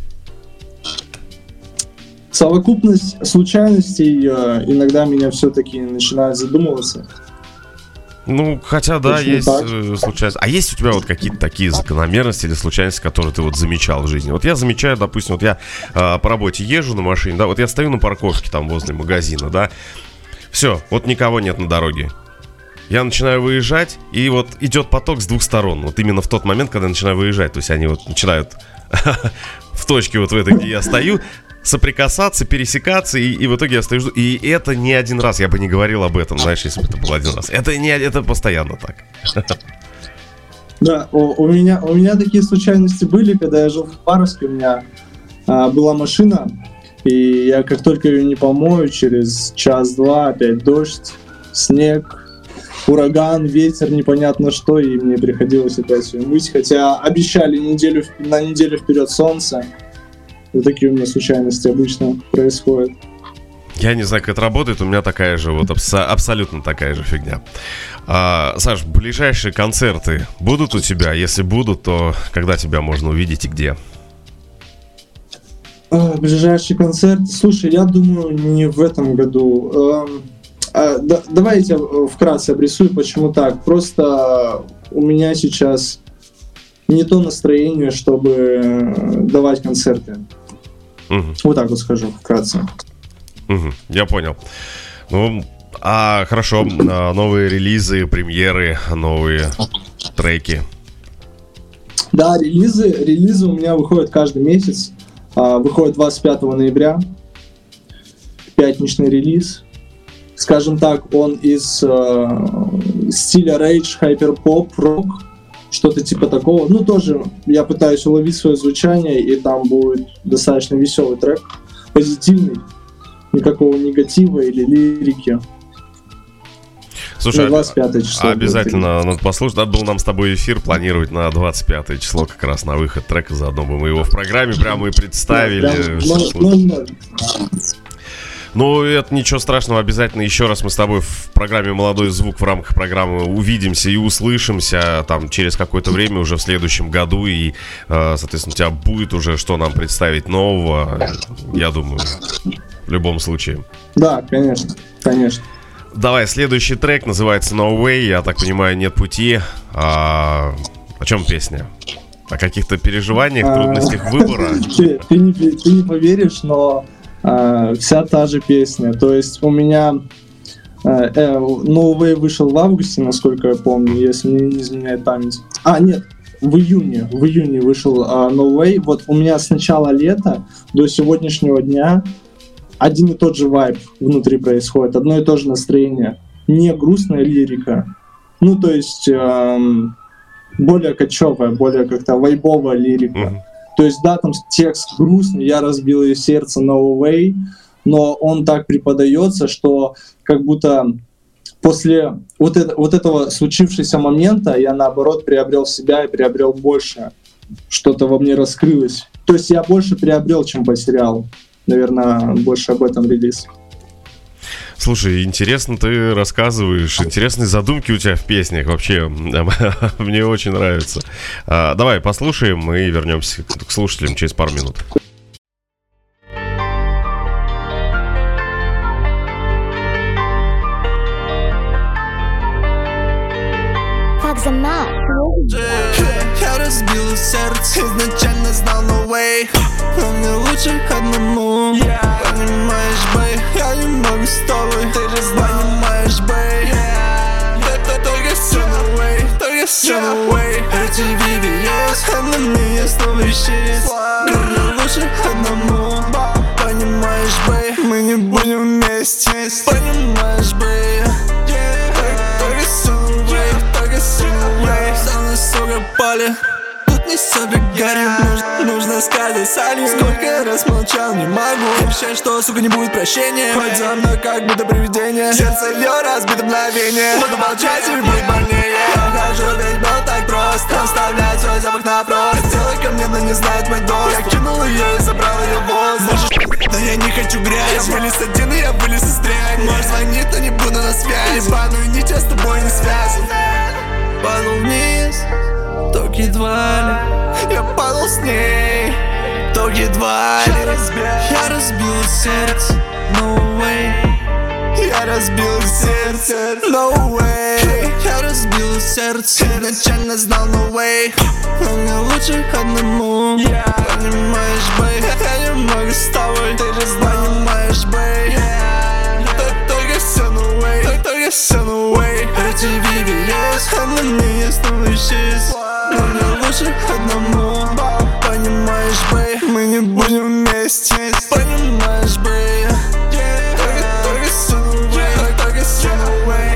Совокупность случайностей э, иногда меня все-таки начинает задумываться. Ну, хотя, да, Почему есть так? э, случайности. А есть у тебя вот какие-то такие закономерности или случайности, которые ты вот замечал в жизни? Вот я замечаю, допустим, вот я э, по работе езжу на машине, да, вот я стою на парковке там возле магазина, да, все, вот никого нет на дороге. Я начинаю выезжать, и вот идет поток с двух сторон. Вот именно в тот момент, когда я начинаю выезжать. То есть они вот начинают в точке вот в этой, где я стою, соприкасаться, пересекаться, и, и в итоге я стою. И это не один раз, я бы не говорил об этом, знаешь, если бы это был один раз. Это, не, это постоянно так. Да, у, у меня, у меня такие случайности были, когда я жил в Хабаровске, у меня а, была машина, и я как только ее не помою, через час-два опять дождь, снег, ураган, ветер, непонятно что, и мне приходилось опять ее мыть, хотя обещали неделю, на неделю вперед солнце. Вот такие у меня случайности обычно происходят. Я не знаю, как это работает, у меня такая же, вот абс- абсолютно такая же фигня. а, Саш, ближайшие концерты будут у тебя? Если будут, то когда тебя можно увидеть и где? А, ближайший концерт. Слушай, я думаю, не в этом году. Эм, а, да, давай я тебя вкратце обрисую, почему так. Просто у меня сейчас не то настроение, чтобы давать концерты. Угу. Вот так вот скажу вкратце. Угу, я понял. Ну, а хорошо, а, новые релизы, премьеры, новые треки. Да, релизы, релизы у меня выходят каждый месяц. А, выходит двадцать пятого ноября. Пятничный релиз. Скажем так, он из э, стиля рейдж, хайперпоп, рок. Что-то типа такого. Ну, тоже я пытаюсь уловить свое звучание, и там будет достаточно веселый трек. Позитивный. Никакого негатива или лирики. Слушай, На двадцать пятое число. обязательно надо послушать. Надо было нам с тобой эфир планировать на двадцать пятое число, как раз на выход трека. Заодно бы мы его в программе прямо и представили. Да, Ну, это ничего страшного, обязательно еще раз мы с тобой в программе «Молодой звук» в рамках программы увидимся и услышимся там через какое-то время уже в следующем году. И, соответственно, у тебя будет уже что нам представить нового, я думаю, в любом случае. Да, конечно, конечно. Давай, следующий трек называется «No Way», я так понимаю, «Нет пути». А, о чем песня? О каких-то переживаниях, трудностях выбора? Ты, ты, не, ты не поверишь, но а, вся та же песня. То есть у меня а, э, No Way вышел в августе, насколько я помню, если мне не изменяет память. А, нет, в июне. В июне вышел а, No Way. Вот у меня с начала лета до сегодняшнего дня один и тот же вайб внутри происходит, одно и то же настроение. Не грустная лирика. Ну, то есть эм, более кочевая, более как-то вайбовая лирика. Mm-hmm. То есть, да, там текст грустный, я разбил ее сердце, no way, но он так преподается, что как будто после вот, это, вот этого случившегося момента я, наоборот, приобрел себя и приобрел больше. Что-то во мне раскрылось. То есть я больше приобрел, чем потерял. Наверное, больше об этом релиз. Слушай, интересно ты рассказываешь, интересные задумки у тебя в песнях вообще, мне очень нравится. А, давай послушаем и вернемся к слушателям через пару минут. Я разбил сердце, изначально знал no way. Но мне лучше одному. Понимаешь, бэй, я не могу с тобой. Ты же понимаешь, бэй. Это только все no way, только все no way. Эти видеos, а на мне снова исчез. Но мне лучше одному. Понимаешь, бэй, мы не будем вместе. Понимаешь, бэй. Только все no way, только все no way. Со мной, сука, поле. Тут не собегаем, нужно, нужно сказать Салли. Сколько раз молчал, не могу. Обещаю, что, сука, не будет прощения. Хоть за мной как будто привидение. Сердце льё, разбито мгновение. Буду молчать и будет больнее. Я ухожу, ведь был так просто. Оставлять свой запах на просто. Сделай ко мне, но не знает мой дом. Я кинул ее и забрал ее воздух. Но я не хочу грязь. Я вылез один и я вылез из дряни. Можешь звонить, но не буду на связи. Ебаную нить, я с тобой не связан. Падал вниз, только едва ли. Я падал с ней, только едва ли. Я разбил сердце, no way. Я разбил сердце, no way. Я разбил сердце, изначально знал no way. Но мне лучше одному. Понимаешь, бэй, я не могу с тобой. Ты же понимаешь, бэй. Только все no way, только все no way. Эти видеos, а на мне снова исчез. Но мне лучше одному. Понимаешь, бэй, мы не будем вместе. Понимаешь, бэй. Только, только все no way, только все no way.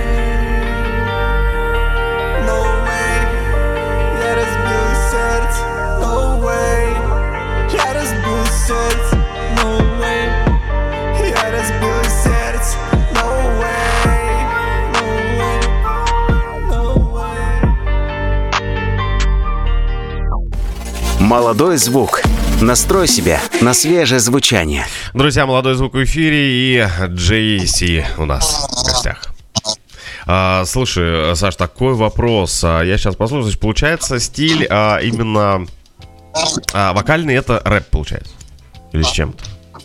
No way. Я разбил сердце, no way. Я разбил сердце, no way. Я разбил сердце, no way. No way. No way. Молодой звук. Настрой себя на свежее звучание. Друзья, молодой звук в эфире и джей си у нас в гостях. А, слушай, Саш, такой вопрос. А, я сейчас послушаю. Значит, получается, стиль а, именно а, вокальный — это рэп, получается? Или с чем-то?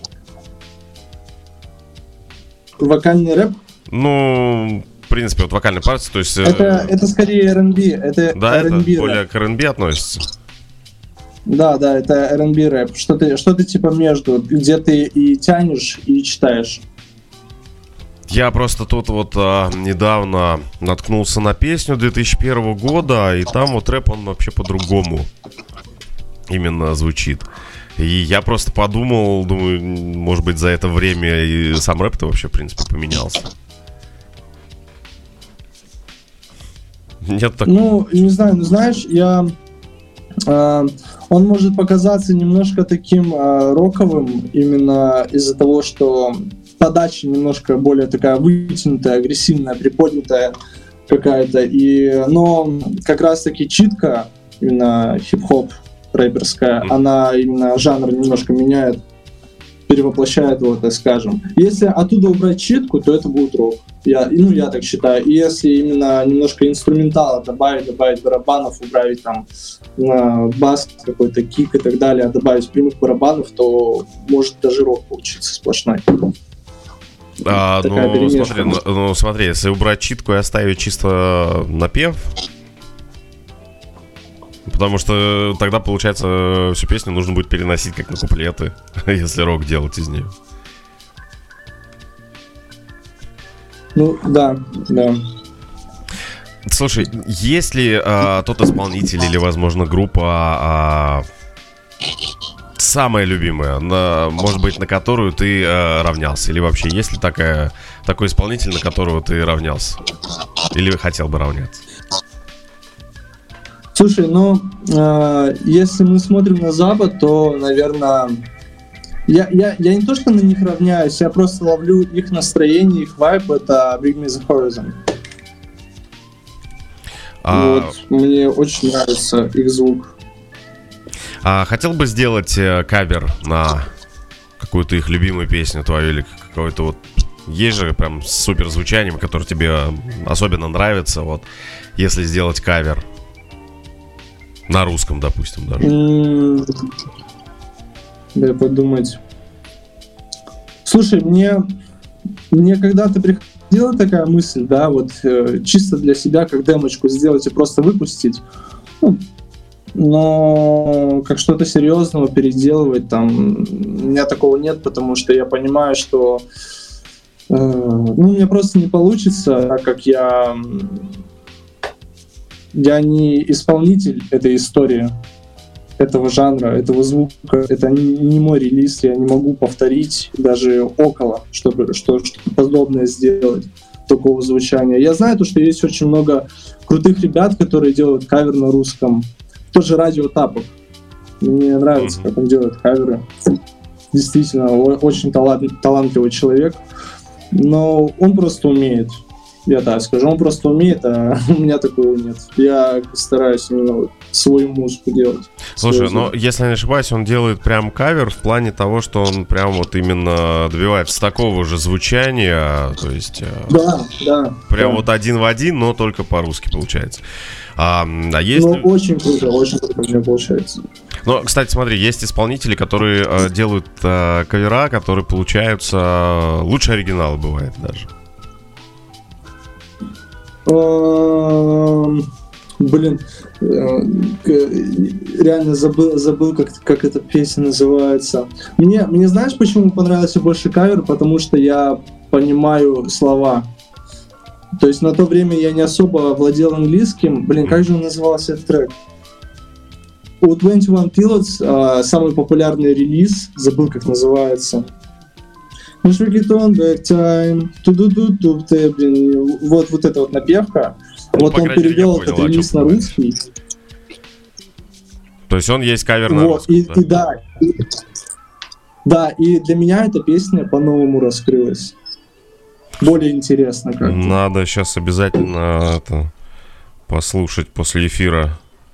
Вокальный рэп? Ну, в принципе, вот вокальная партия, то есть... Это, это скорее эр энд би. Это да, эр энд би это более рэп. к эр энд би относится. Да, да, это эр энд би рэп. Что-то, что-то типа между, где ты и тянешь, и читаешь. Я просто тут вот а, недавно наткнулся на песню две тысячи первого года, и там вот рэп, он вообще по-другому именно звучит. И я просто подумал, думаю, может быть, за это время и сам рэп-то вообще, в принципе, поменялся. Нет такого? Ну, не знаю, ну знаешь, я... Э, он может показаться немножко таким э, роковым, именно из-за того, что подача немножко более такая вытянутая, агрессивная, приподнятая какая-то. И, но как раз-таки читка, именно хип-хоп рэперская, mm-hmm. она именно жанр немножко меняет, перевоплощает его, так скажем. Если оттуда убрать читку, то это будет рок. Я, ну, я так считаю. И если именно немножко инструментала добавить, добавить барабанов, убрать там э, бас, какой-то кик и так далее, добавить прямых барабанов, то может даже рок получиться сплошной. А, ну, смотри, ну, ну, смотри, если убрать читку и оставить чисто напев, потому что тогда, получается, всю песню нужно будет переносить как на куплеты, если рок делать из нее. Ну, да, да. Слушай, есть ли а, тот исполнитель или, возможно, группа а, самая любимая, на, может быть, на которую ты а, равнялся? Или вообще есть ли такая, такой исполнитель, на которого ты равнялся? Или хотел бы равняться? Слушай, ну, э, если мы смотрим на Запад, то, наверное, я, я, я не то, что на них равняюсь, я просто ловлю их настроение, их вайб, это Bring Me The Horizon. А, Вот, мне очень нравится их звук. а хотел бы сделать э, кавер на какую-то их любимую песню твою или какой-то вот... Есть же прям супер звучанием, которое тебе особенно нравится, вот, если сделать кавер на русском, допустим, даже. М, Дай подумать. Слушай, мне, мне когда-то приходила такая мысль, да, вот э, чисто для себя, как демочку сделать и просто выпустить. Ну, но как что-то серьезного переделывать там у меня такого нет, потому что я понимаю, что э, ну, у меня просто не получится, так как я я не исполнитель этой истории, этого жанра, этого звука. Это не, не мой релиз, я не могу повторить даже около, чтобы что, что-то подобное сделать, такого звучания. Я знаю, то, что есть очень много крутых ребят, которые делают кавер на русском. Тоже Радио Тапок. Мне нравится, как он делает каверы. Действительно, о- очень талант- талантливый человек. Но он просто умеет. Я так скажу, он просто умеет, а у меня такого нет. Я стараюсь именно вот свою музыку делать. Слушай, Свой но звук. если я не ошибаюсь, он делает прям кавер в плане того, что он прям вот именно добивается такого же звучания, то есть э, Да, да. прям да. вот один в один, но только по-русски получается. А, а есть... Ну, очень круто, очень круто у меня получается. Ну, кстати, смотри, есть исполнители, которые э, делают э, кавера, которые получаются э, лучше оригинала, бывает даже. Эм, Блин, э, к- реально забыл, забыл как, как эта песня называется. Мне, мне знаешь, почему понравился больше кавер? Потому что я понимаю слова. То есть на то время я не особо владел английским. Блин, как же он назывался этот трек? У двадцать один Pilots э, самый популярный релиз, забыл как называется. Push it on back time, ту-ду-ду-ду, ты, блин, вот, вот эта вот напевка. Ну, Вот по он крайней мере, перевел я этот понял, о чем релиз ты на говоришь. русский. То есть он есть кавер на Вот, русском, и, да? и да, и- да, и для меня эта песня по-новому раскрылась. Более интересно как-то. Надо сейчас обязательно это послушать после эфира.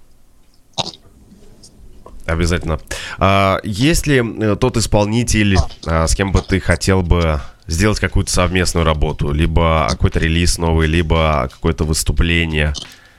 Обязательно. А, есть ли э, тот исполнитель, а, с кем бы ты хотел бы сделать какую-то совместную работу? Либо какой-то релиз новый, либо какое-то выступление?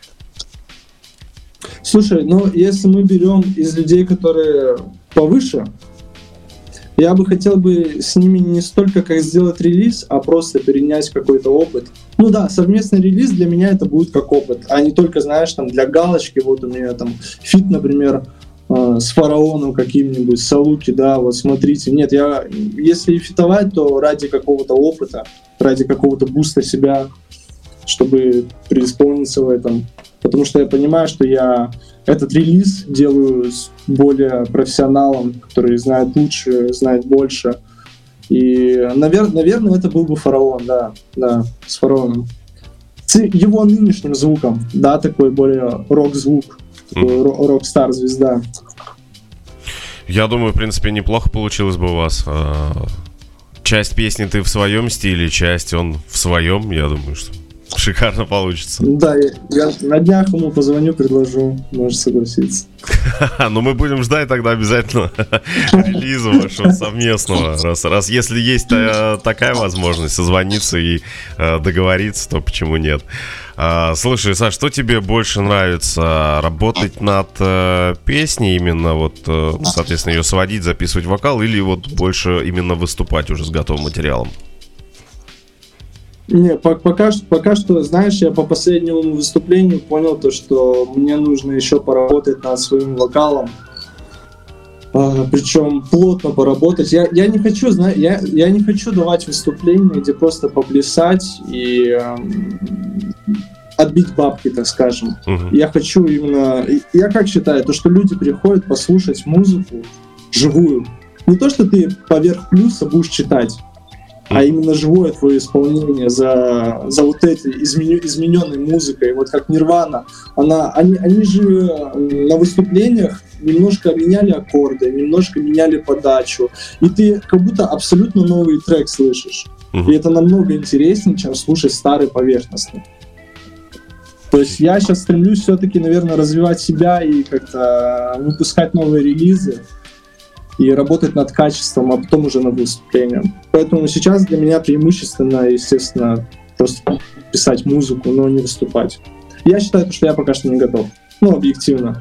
Слушай, ну если мы берем из людей, которые повыше, я бы хотел бы с ними не столько как сделать релиз, а просто перенять какой-то опыт. Ну да, совместный релиз для меня это будет как опыт, а не только, знаешь, там для галочки, вот у меня там фит, например, э, с Фараоном каким-нибудь, Салуки, да, вот смотрите. Нет, я, если и фитовать, то ради какого-то опыта, ради какого-то буста себя, чтобы преисполниться в этом. Потому что я понимаю, что я этот релиз делаю с более профессионалом, который знает лучше, знает больше. И, навер- наверное, это был бы Фараон, да, да, с Фараоном. С его нынешним звуком, да, такой более рок-звук, такой ро- рок-стар-звезда. Я думаю, в принципе, неплохо получилось бы у вас. А, часть песни ты в своем стиле, часть он в своем. Я думаю, что шикарно получится. Да, я, я на днях ему позвоню, предложу, может согласиться. Ну, мы будем ждать тогда обязательно релиза вашего совместного. Раз, раз если есть та- такая возможность созвониться и э, договориться, то почему нет? А, слушай, Саш, что тебе больше нравится? Работать над э, песней именно, вот, э, соответственно, ее сводить, записывать вокал, или вот больше именно выступать уже с готовым материалом? Не, по- пока, что, пока что, знаешь, я по последнему выступлению понял то, что мне нужно еще поработать над своим вокалом. А, причем плотно поработать. Я, я не хочу, зна- я, я не хочу давать выступления, где просто поплясать и эм, отбить бабки, так скажем. Мгм. Я хочу именно... и- Я как считаю, то, что люди приходят послушать музыку живую. Не то, что ты поверх плюса будешь читать, а именно живое твое исполнение за, за вот этой изменю- измененной музыкой. Вот как Нирвана, она, они, они же на выступлениях немножко меняли аккорды, немножко меняли подачу, и ты как будто абсолютно новый трек слышишь. Мгм. И это намного интереснее, чем слушать старый поверхностный. То есть я сейчас стремлюсь все-таки, наверное, развивать себя и как-то выпускать новые релизы и работать над качеством, а потом уже над выступлением. Поэтому сейчас для меня преимущественно, естественно, просто писать музыку, но не выступать. Я считаю, что я пока что не готов. Ну, объективно.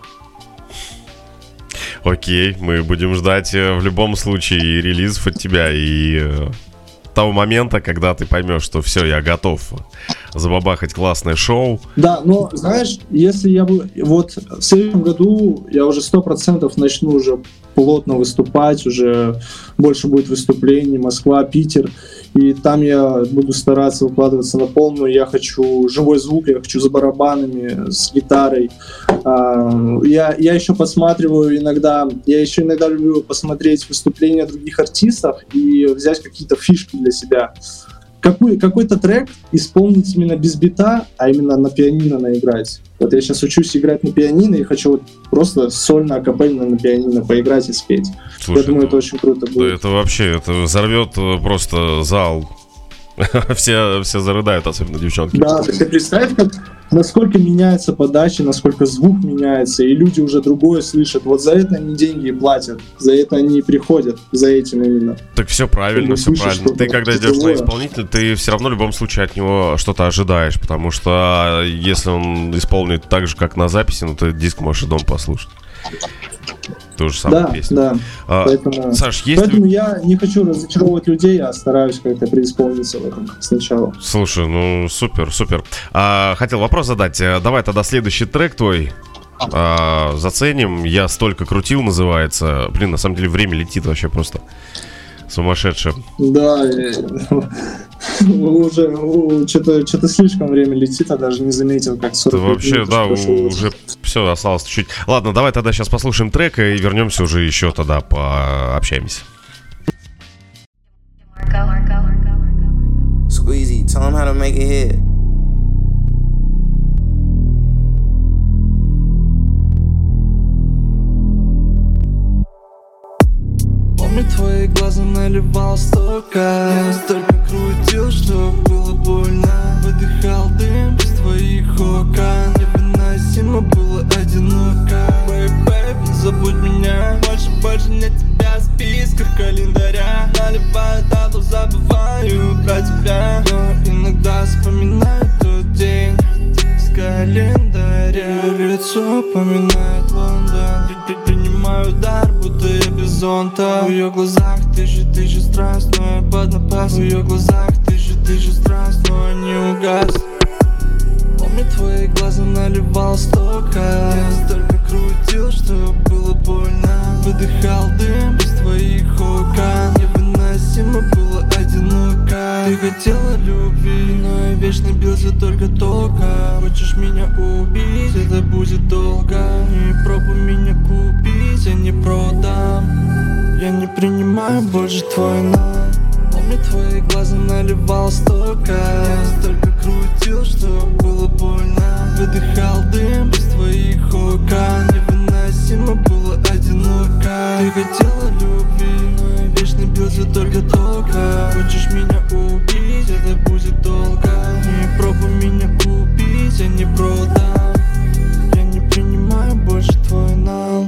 Окей, мы будем ждать в любом случае и релизов от тебя, и э, того момента, когда ты поймешь, что все, я готов забабахать классное шоу. Да, но знаешь, если я бы... Вот в следующем году я уже сто процентов начну уже плотно выступать, уже больше будет выступлений, Москва, Питер, и там я буду стараться выкладываться на полную. Я хочу живой звук, я хочу с барабанами, с гитарой. Я, я еще посматриваю иногда, я еще иногда люблю посмотреть выступления других артистов и взять какие-то фишки для себя. Какой, какой-то трек исполнить именно без бита, а именно на пианино наиграть. Вот я сейчас учусь играть на пианино и хочу вот просто сольно, акапельно на пианино поиграть и спеть. Слушай, я думаю, ну, это очень круто будет. Это вообще, это взорвет просто зал. все, все зарыдают, особенно девчонки. Да, ты представь, как, насколько меняется подача, насколько звук меняется, и люди уже другое слышат. Вот за это они деньги и платят, за это они и приходят, за этим именно. Так все правильно, все правильно. Ты когда идешь на исполнителя, ты все равно в любом случае от него что-то ожидаешь, потому что если он исполнит так же, как на записи, ну ты диск можешь и дома послушать. Ту же самую да, песню. Да, а, поэтому, Саш, есть поэтому ли... я не хочу разочаровывать людей, а стараюсь как-то преисполниться в этом сначала. Слушай, ну супер, супер. А, хотел вопрос задать. Давай тогда следующий трек твой а, заценим. «Я столько крутил» называется. Блин, на самом деле время летит вообще просто сумасшедшее. Да, уже что-то, что-то слишком время летит, а даже не заметил, как сорок минут. Вообще, да, уже все, осталось чуть-чуть. Ладно, давай тогда сейчас послушаем трек и вернемся уже еще тогда пообщаемся. Squeezy, tell him how to make it hit. Помню, твои глаза наливал столько. Я столько крутил, что было больно. Выдыхал дым без твоих окон. Невыносимо было одиноко. Бэйб, бэйб, не забудь меня. Больше, больше нет тебя в списках календаря. Наливаю дату, забываю про тебя. Но иногда вспоминаю тот день с календаря. Ее лицо поминает Лондон. Принимаю удар, будто я без зонта. В ее глазах тысячи, тысячи страст, но я под напас. В ее глазах тысячи, тысячи страст, но я не угас. Помню, твои глаза наливал столько. Я столько крутил, что было больно. Выдыхал дым без твоих окон. Невыносимо было одиноко. Ты хотела любви, но я вечно бился только тока. Хочешь меня убить, это будет долго. Не пробуй меня купить, я не продам. Я не принимаю больше твой нам. Помню, твои глаза наливал столько. Я столько крутил, что было больно. Выдыхал дым без твоих окон. Невыносимо было одиноко. Ты хотела любви, но я вечно бился только тока. Хочешь меня убить, это будет долго. Не пробуй меня купить, я не продам. Я не принимаю больше твой нал.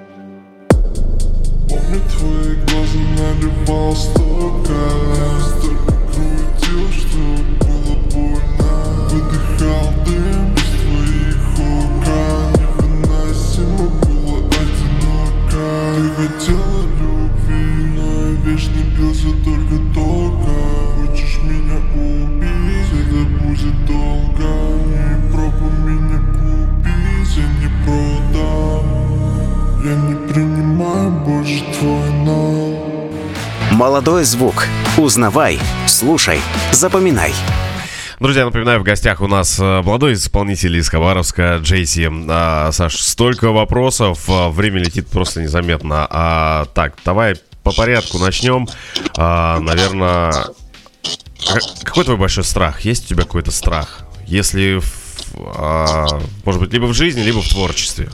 Помню, твои глаза наливал столько. Я столько крутил, что было больно. Выдыхал дым без твоих окон. Невыносимо было одиноко. Ты хотела любви, но я вечно бился только тока. Хочешь меня убить, это будет долго. Не пробуй меня купить, я не продам. Я не принимаю больше твой нал. Молодой звук. Узнавай, слушай, запоминай. Друзья, напоминаю, в гостях у нас молодой исполнитель из Хабаровска Джейси. А, Саш, столько вопросов, время летит просто незаметно. А, так, давай по порядку начнем. А, наверное, какой твой большой страх? Есть у тебя какой-то страх? Если, а, может быть, либо в жизни, либо в творчестве?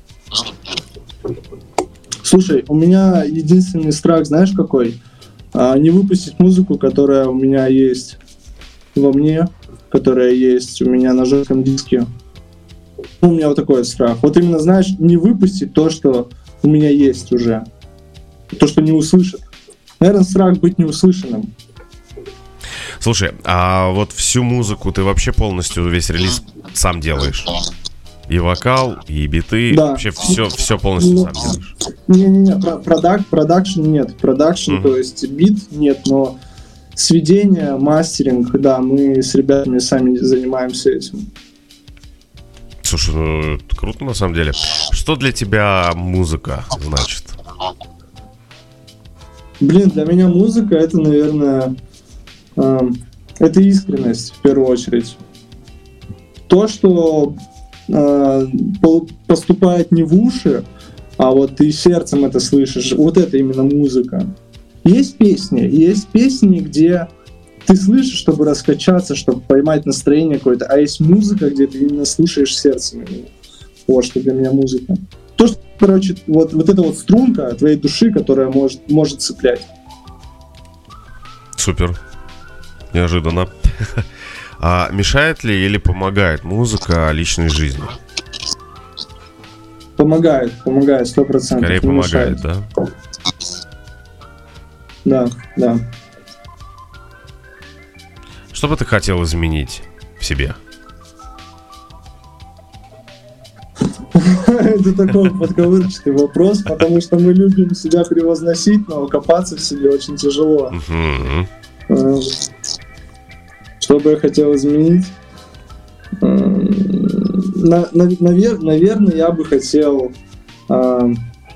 Слушай, у меня единственный страх, знаешь какой? А, не выпустить музыку, которая у меня есть во мне. которая есть у меня на жестком диске. У меня вот такой страх. Вот именно, знаешь, не выпустить то, что у меня есть уже. То, что не услышат. Наверное, страх быть неуслышанным. Слушай, а вот всю музыку ты вообще полностью весь релиз сам делаешь? И вокал, и биты, Да. вообще все, все полностью Ну, сам делаешь? Не-не-не, про- продак, продакшн нет. Продакшн, Мгм. то есть бит нет, но сведение, мастеринг, да, мы с ребятами сами занимаемся этим. Слушай, ну это круто на самом деле. Что для тебя музыка значит? Блин, для меня музыка это, наверное, эм, это искренность в первую очередь. То, что э, по- поступает не в уши, а вот ты сердцем это слышишь, вот это именно музыка. Есть песни, есть песни, где ты слышишь, чтобы раскачаться, чтобы поймать настроение какое-то, а есть музыка, где ты именно слушаешь сердцем. Вот что для меня музыка. То, что, короче, вот, вот эта вот струнка твоей души, которая может, может цеплять. Супер. Неожиданно. А мешает ли или помогает музыка личной жизни? Помогает, помогает, сто процентов. Скорее не помогает, мешает. да? Да, да. Что бы ты хотел изменить в себе? Это такой подковырчатый вопрос, потому что мы любим себя превозносить, но копаться в себе очень тяжело. Мгм. Э, Что бы я хотел изменить? Э, на- на- навер- Наверное, я бы хотел э,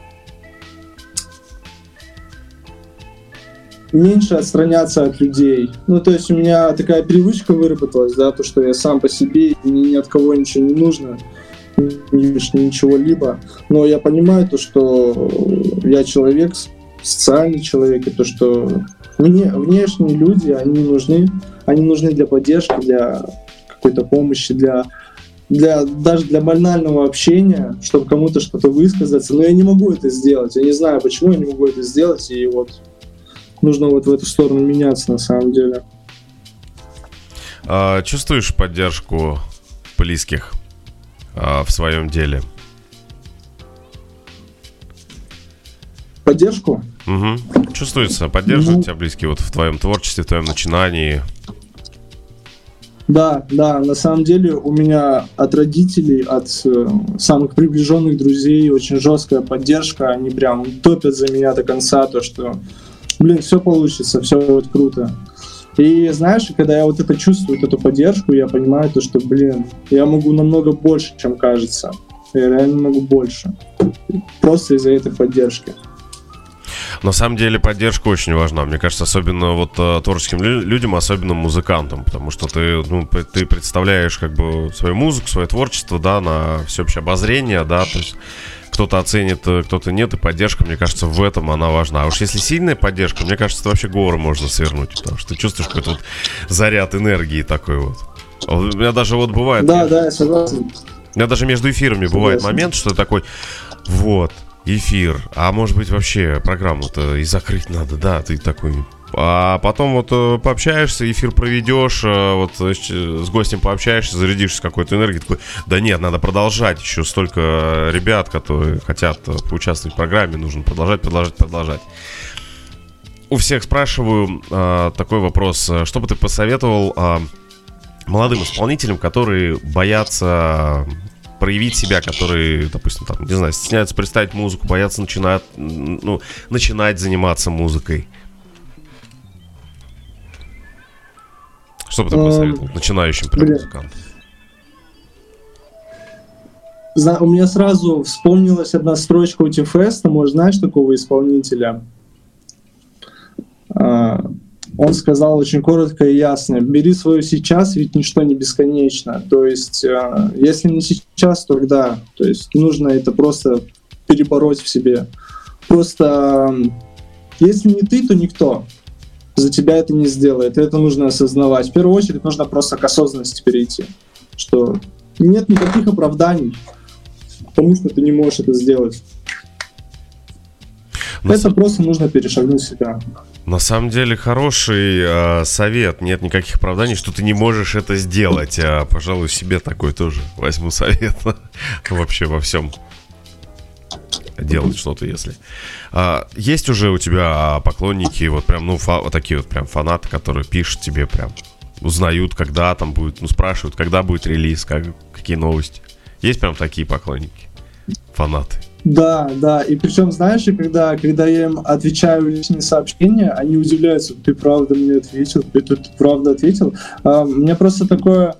меньше отстраняться от людей. Ну, то есть у меня такая привычка выработалась, да, то, что я сам по себе, и мне ни от кого ничего не нужно, не видишь ничего-либо. Но я понимаю то, что я человек, социальный человек, и то, что мне, внешние люди, они нужны, они нужны для поддержки, для какой-то помощи, для, для, даже для банального общения, чтобы кому-то что-то высказаться. Но я не могу это сделать. Я не знаю, почему я не могу это сделать, и вот нужно вот в эту сторону меняться на самом деле. А, чувствуешь поддержку близких а, в своем деле? Поддержку? Угу. Чувствуется, поддерживают Ну. тебя близкие вот в твоем творчестве, в твоем начинании? Да, да, на самом деле у меня от родителей, от э, самых приближенных друзей очень жесткая поддержка. Они прям топят за меня до конца, то что, блин, все получится, все будет круто. И знаешь, когда я вот это чувствую, вот эту поддержку, я понимаю то, что, блин, я могу намного больше, чем кажется. Я реально могу больше. Просто из-за этой поддержки. На самом деле поддержка очень важна. Мне кажется, особенно вот э, творческим лю- людям, особенно музыкантам, потому что ты, ну, п- ты представляешь как бы свою музыку, свое творчество, да, на всеобщее обозрение, да, то есть кто-то оценит, э, кто-то нет, и поддержка, мне кажется, в этом она важна. А уж если сильная поддержка, мне кажется, это вообще горы можно свернуть, потому что ты чувствуешь какой-то вот заряд энергии такой вот. А вот у меня даже вот бывает... Да, я- да, я согласен. У меня даже между эфирами бывает Согласен. момент, что такой, вот, эфир, а может быть вообще программу-то и закрыть надо, да, ты такой. А потом вот э, пообщаешься, эфир проведешь, э, вот э, с с гостем пообщаешься, зарядишься какой-то энергией, такой, да нет, надо продолжать, еще столько ребят, которые хотят э, поучаствовать в программе, нужно продолжать, продолжать, продолжать. У всех спрашиваю э, такой вопрос, э, что бы ты посоветовал э, молодым исполнителям, которые боятся проявить себя, которые, допустим, там, не знаю, стесняются представить музыку, боятся начинать, ну, начинать заниматься музыкой. Что бы ты Эм, посоветовал начинающим прям блин. музыкантам? Зна- У меня сразу вспомнилась одна строчка у Тифеста, может, знаешь такого исполнителя? А, Он сказал очень коротко и ясно: бери свое сейчас, ведь ничто не бесконечно. То есть, а, если не сейчас, то когда? То есть нужно это просто перебороть в себе. Просто м, если не ты, то никто за тебя это не сделает. И это нужно осознавать. В первую очередь нужно просто к осознанности перейти, что нет никаких оправданий, потому что ты не можешь это сделать. На Это са- просто нужно перешагнуть себя. На самом деле хороший э, совет. Нет никаких оправданий, что ты не можешь это сделать. А, пожалуй, себе такой тоже возьму совет. Вообще во всем. Делать что-то, если. А, есть уже у тебя поклонники, вот прям, ну, фа- вот такие вот прям фанаты, которые пишут тебе прям, узнают, когда там будет, ну, спрашивают, когда будет релиз, как, какие новости. Есть прям такие поклонники, фанаты? Да, да, и причем, знаешь, и когда, когда я им отвечаю личные сообщения, они удивляются: ты правда мне ответил, ты, ты, ты правда ответил. А, у меня просто такое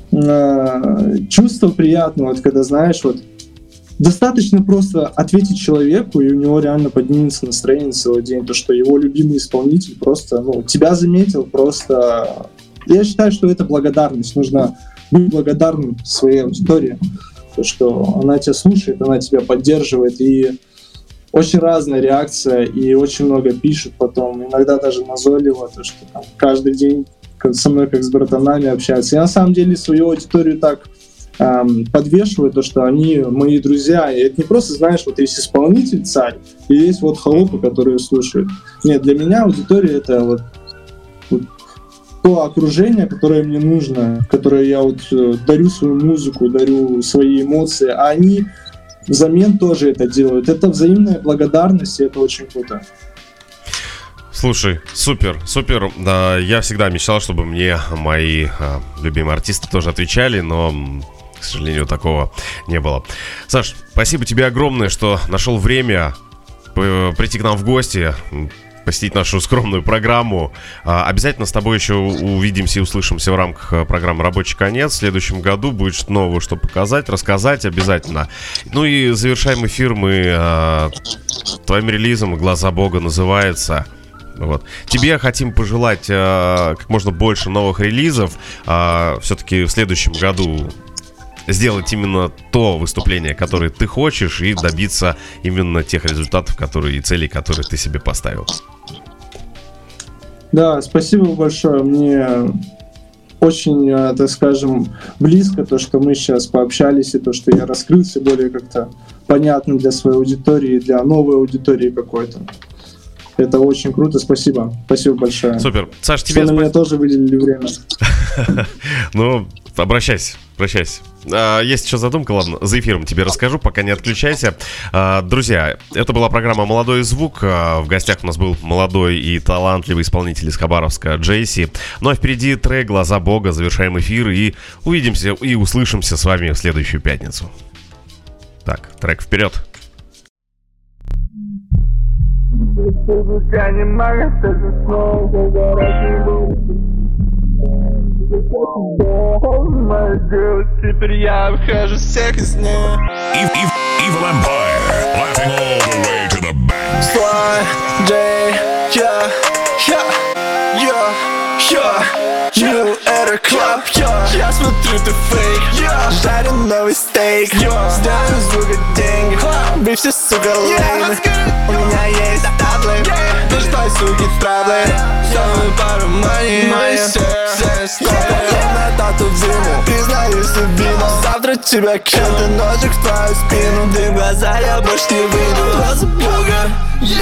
а, чувство приятное, вот когда, знаешь, вот достаточно просто ответить человеку, и у него реально поднимется настроение целый день, то, что его любимый исполнитель просто, ну, тебя заметил, просто... Я считаю, что это благодарность, нужно быть благодарным своей аудитории. То, что она тебя слушает, она тебя поддерживает, и очень разная реакция, и очень много пишут потом, иногда даже назойливо, то, что там каждый день со мной как с братанами общаются. Я на самом деле свою аудиторию так эм, подвешиваю, то, что они мои друзья, и это не просто, знаешь, вот есть исполнитель царь, и есть вот холопы, которые слушают. Нет, для меня аудитория — это вот, вот то окружение, которое мне нужно, которое я вот э, дарю свою музыку, дарю свои эмоции, а они взамен тоже это делают. Это взаимная благодарность, и это очень круто. Слушай, супер, супер. Да, я всегда мечтал, чтобы мне мои а, любимые артисты тоже отвечали, но, к сожалению, такого не было. Саш, спасибо тебе огромное, что нашел время прийти к нам в гости, посетить нашу скромную программу. Обязательно с тобой еще увидимся и услышимся в рамках программы «Рабочий конец». В следующем году будет что-то новое, что показать, рассказать обязательно. Ну и завершаем эфир мы а, твоим релизом «Глаза Бога» называется. Вот. Тебе хотим пожелать а, как можно больше новых релизов. А, все-таки в следующем году сделать именно то выступление, которое ты хочешь, и добиться именно тех результатов, которые и целей, которые ты себе поставил. Да, спасибо большое. Мне очень, так скажем, близко то, что мы сейчас пообщались, и то, что я раскрылся более как-то понятно для своей аудитории, для новой аудитории какой-то. Это очень круто, спасибо. Спасибо большое. Супер. Саш, тебе что на спа... меня тоже выделили время. Ну, обращайся, обращайся. А, есть еще задумка, ладно, за эфиром тебе расскажу, пока не отключайся. А, друзья, это была программа «Молодой звук». А, в гостях у нас был молодой и талантливый исполнитель из Хабаровска Джейси. Ну а впереди трек «Глаза Бога». Завершаем эфир и увидимся и услышимся с вами в следующую пятницу. Так, трек вперед. Теперь я выхожу всех из них. Evil Empire, laughing all the way to the bank. Sly, J, yeah, yeah, yeah, yeah. New Era Club, yeah. Я смотрю, ты фейк, yeah. Жарю новый стейк, yeah. Сделаю звук от денег, вы все, сука, лейны. У меня есть таблы, yeah. Ты что, суки, траблы? Сделаю пару money, мои все стоят на тату зиму. Признаюсь, убину. Завтра тебя кем-то ножик в твою спину. Ты в глаза, я больше не выйду. Глаза Бога,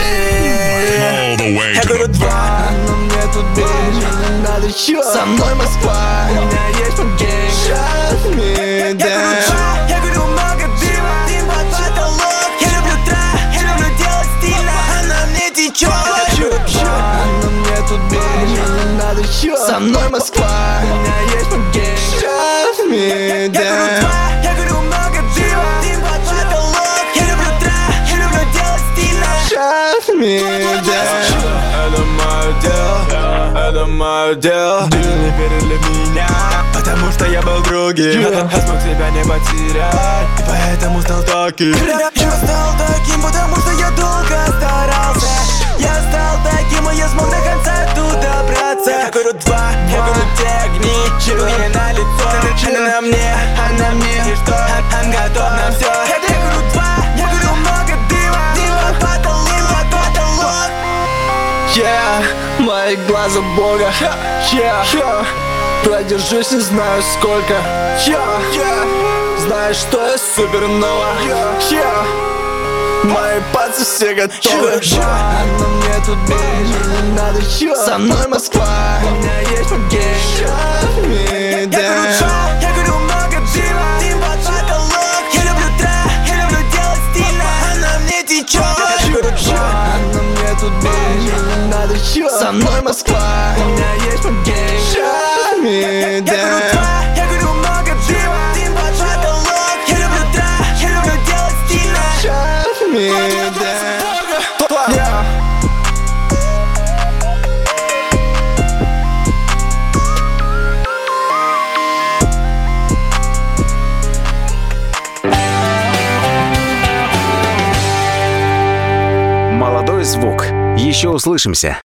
yeah. Я говорю два, но мне тут бить не надо, чё? Со мной Москва, у меня есть мой гейм. Shut me down. Я говорю два, я говорю много дыма. Дым под потолок. Я люблю трап, я люблю делать стильно. Она мне течет. Я говорю два, но мне тут бить не надо, чё? Со мной Москва, у меня есть мой гейм. Shut me down. Я говорю два, я говорю много дыма. Дым под потолок. Я люблю трап, я люблю делать стильно. Shut me down. Это мое дело, это мое дело. Ты не верили в меня, потому что я был другим. Я смог себя не потерять, и поэтому стал таким. Я стал таким, потому что я долго старался. Я стал таким, и я смог до конца тут добраться. Я говорю два, я говорю те огни. Чего на лицо, она на мне, она мне. И что, I'm готов на все. Я говорю два, я говорю много дыма. Дыма потолок, потолок. Yeah, мои глаза Бога, yeah, yeah. Продержусь, не знаю сколько, yeah, yeah. Знаешь, что я супернова, yeah, yeah. Мои пальцы все готовы. Она мне тут бежит, надо еще. Со мной Москва, у меня есть магия. Я говорю чё, я говорю много дыма. Дым под потолок. Я люблю трэп, я люблю делать стильно. Она мне течет. Я говорю чё, она мне тут бежит, надо еще. Со мной Москва, у меня есть магия. Я говорю трэп, я говорю много дыма. Дым под потолок. Я люблю трэп, я люблю делать стильно. Yeah. Молодой звук. Еще услышимся.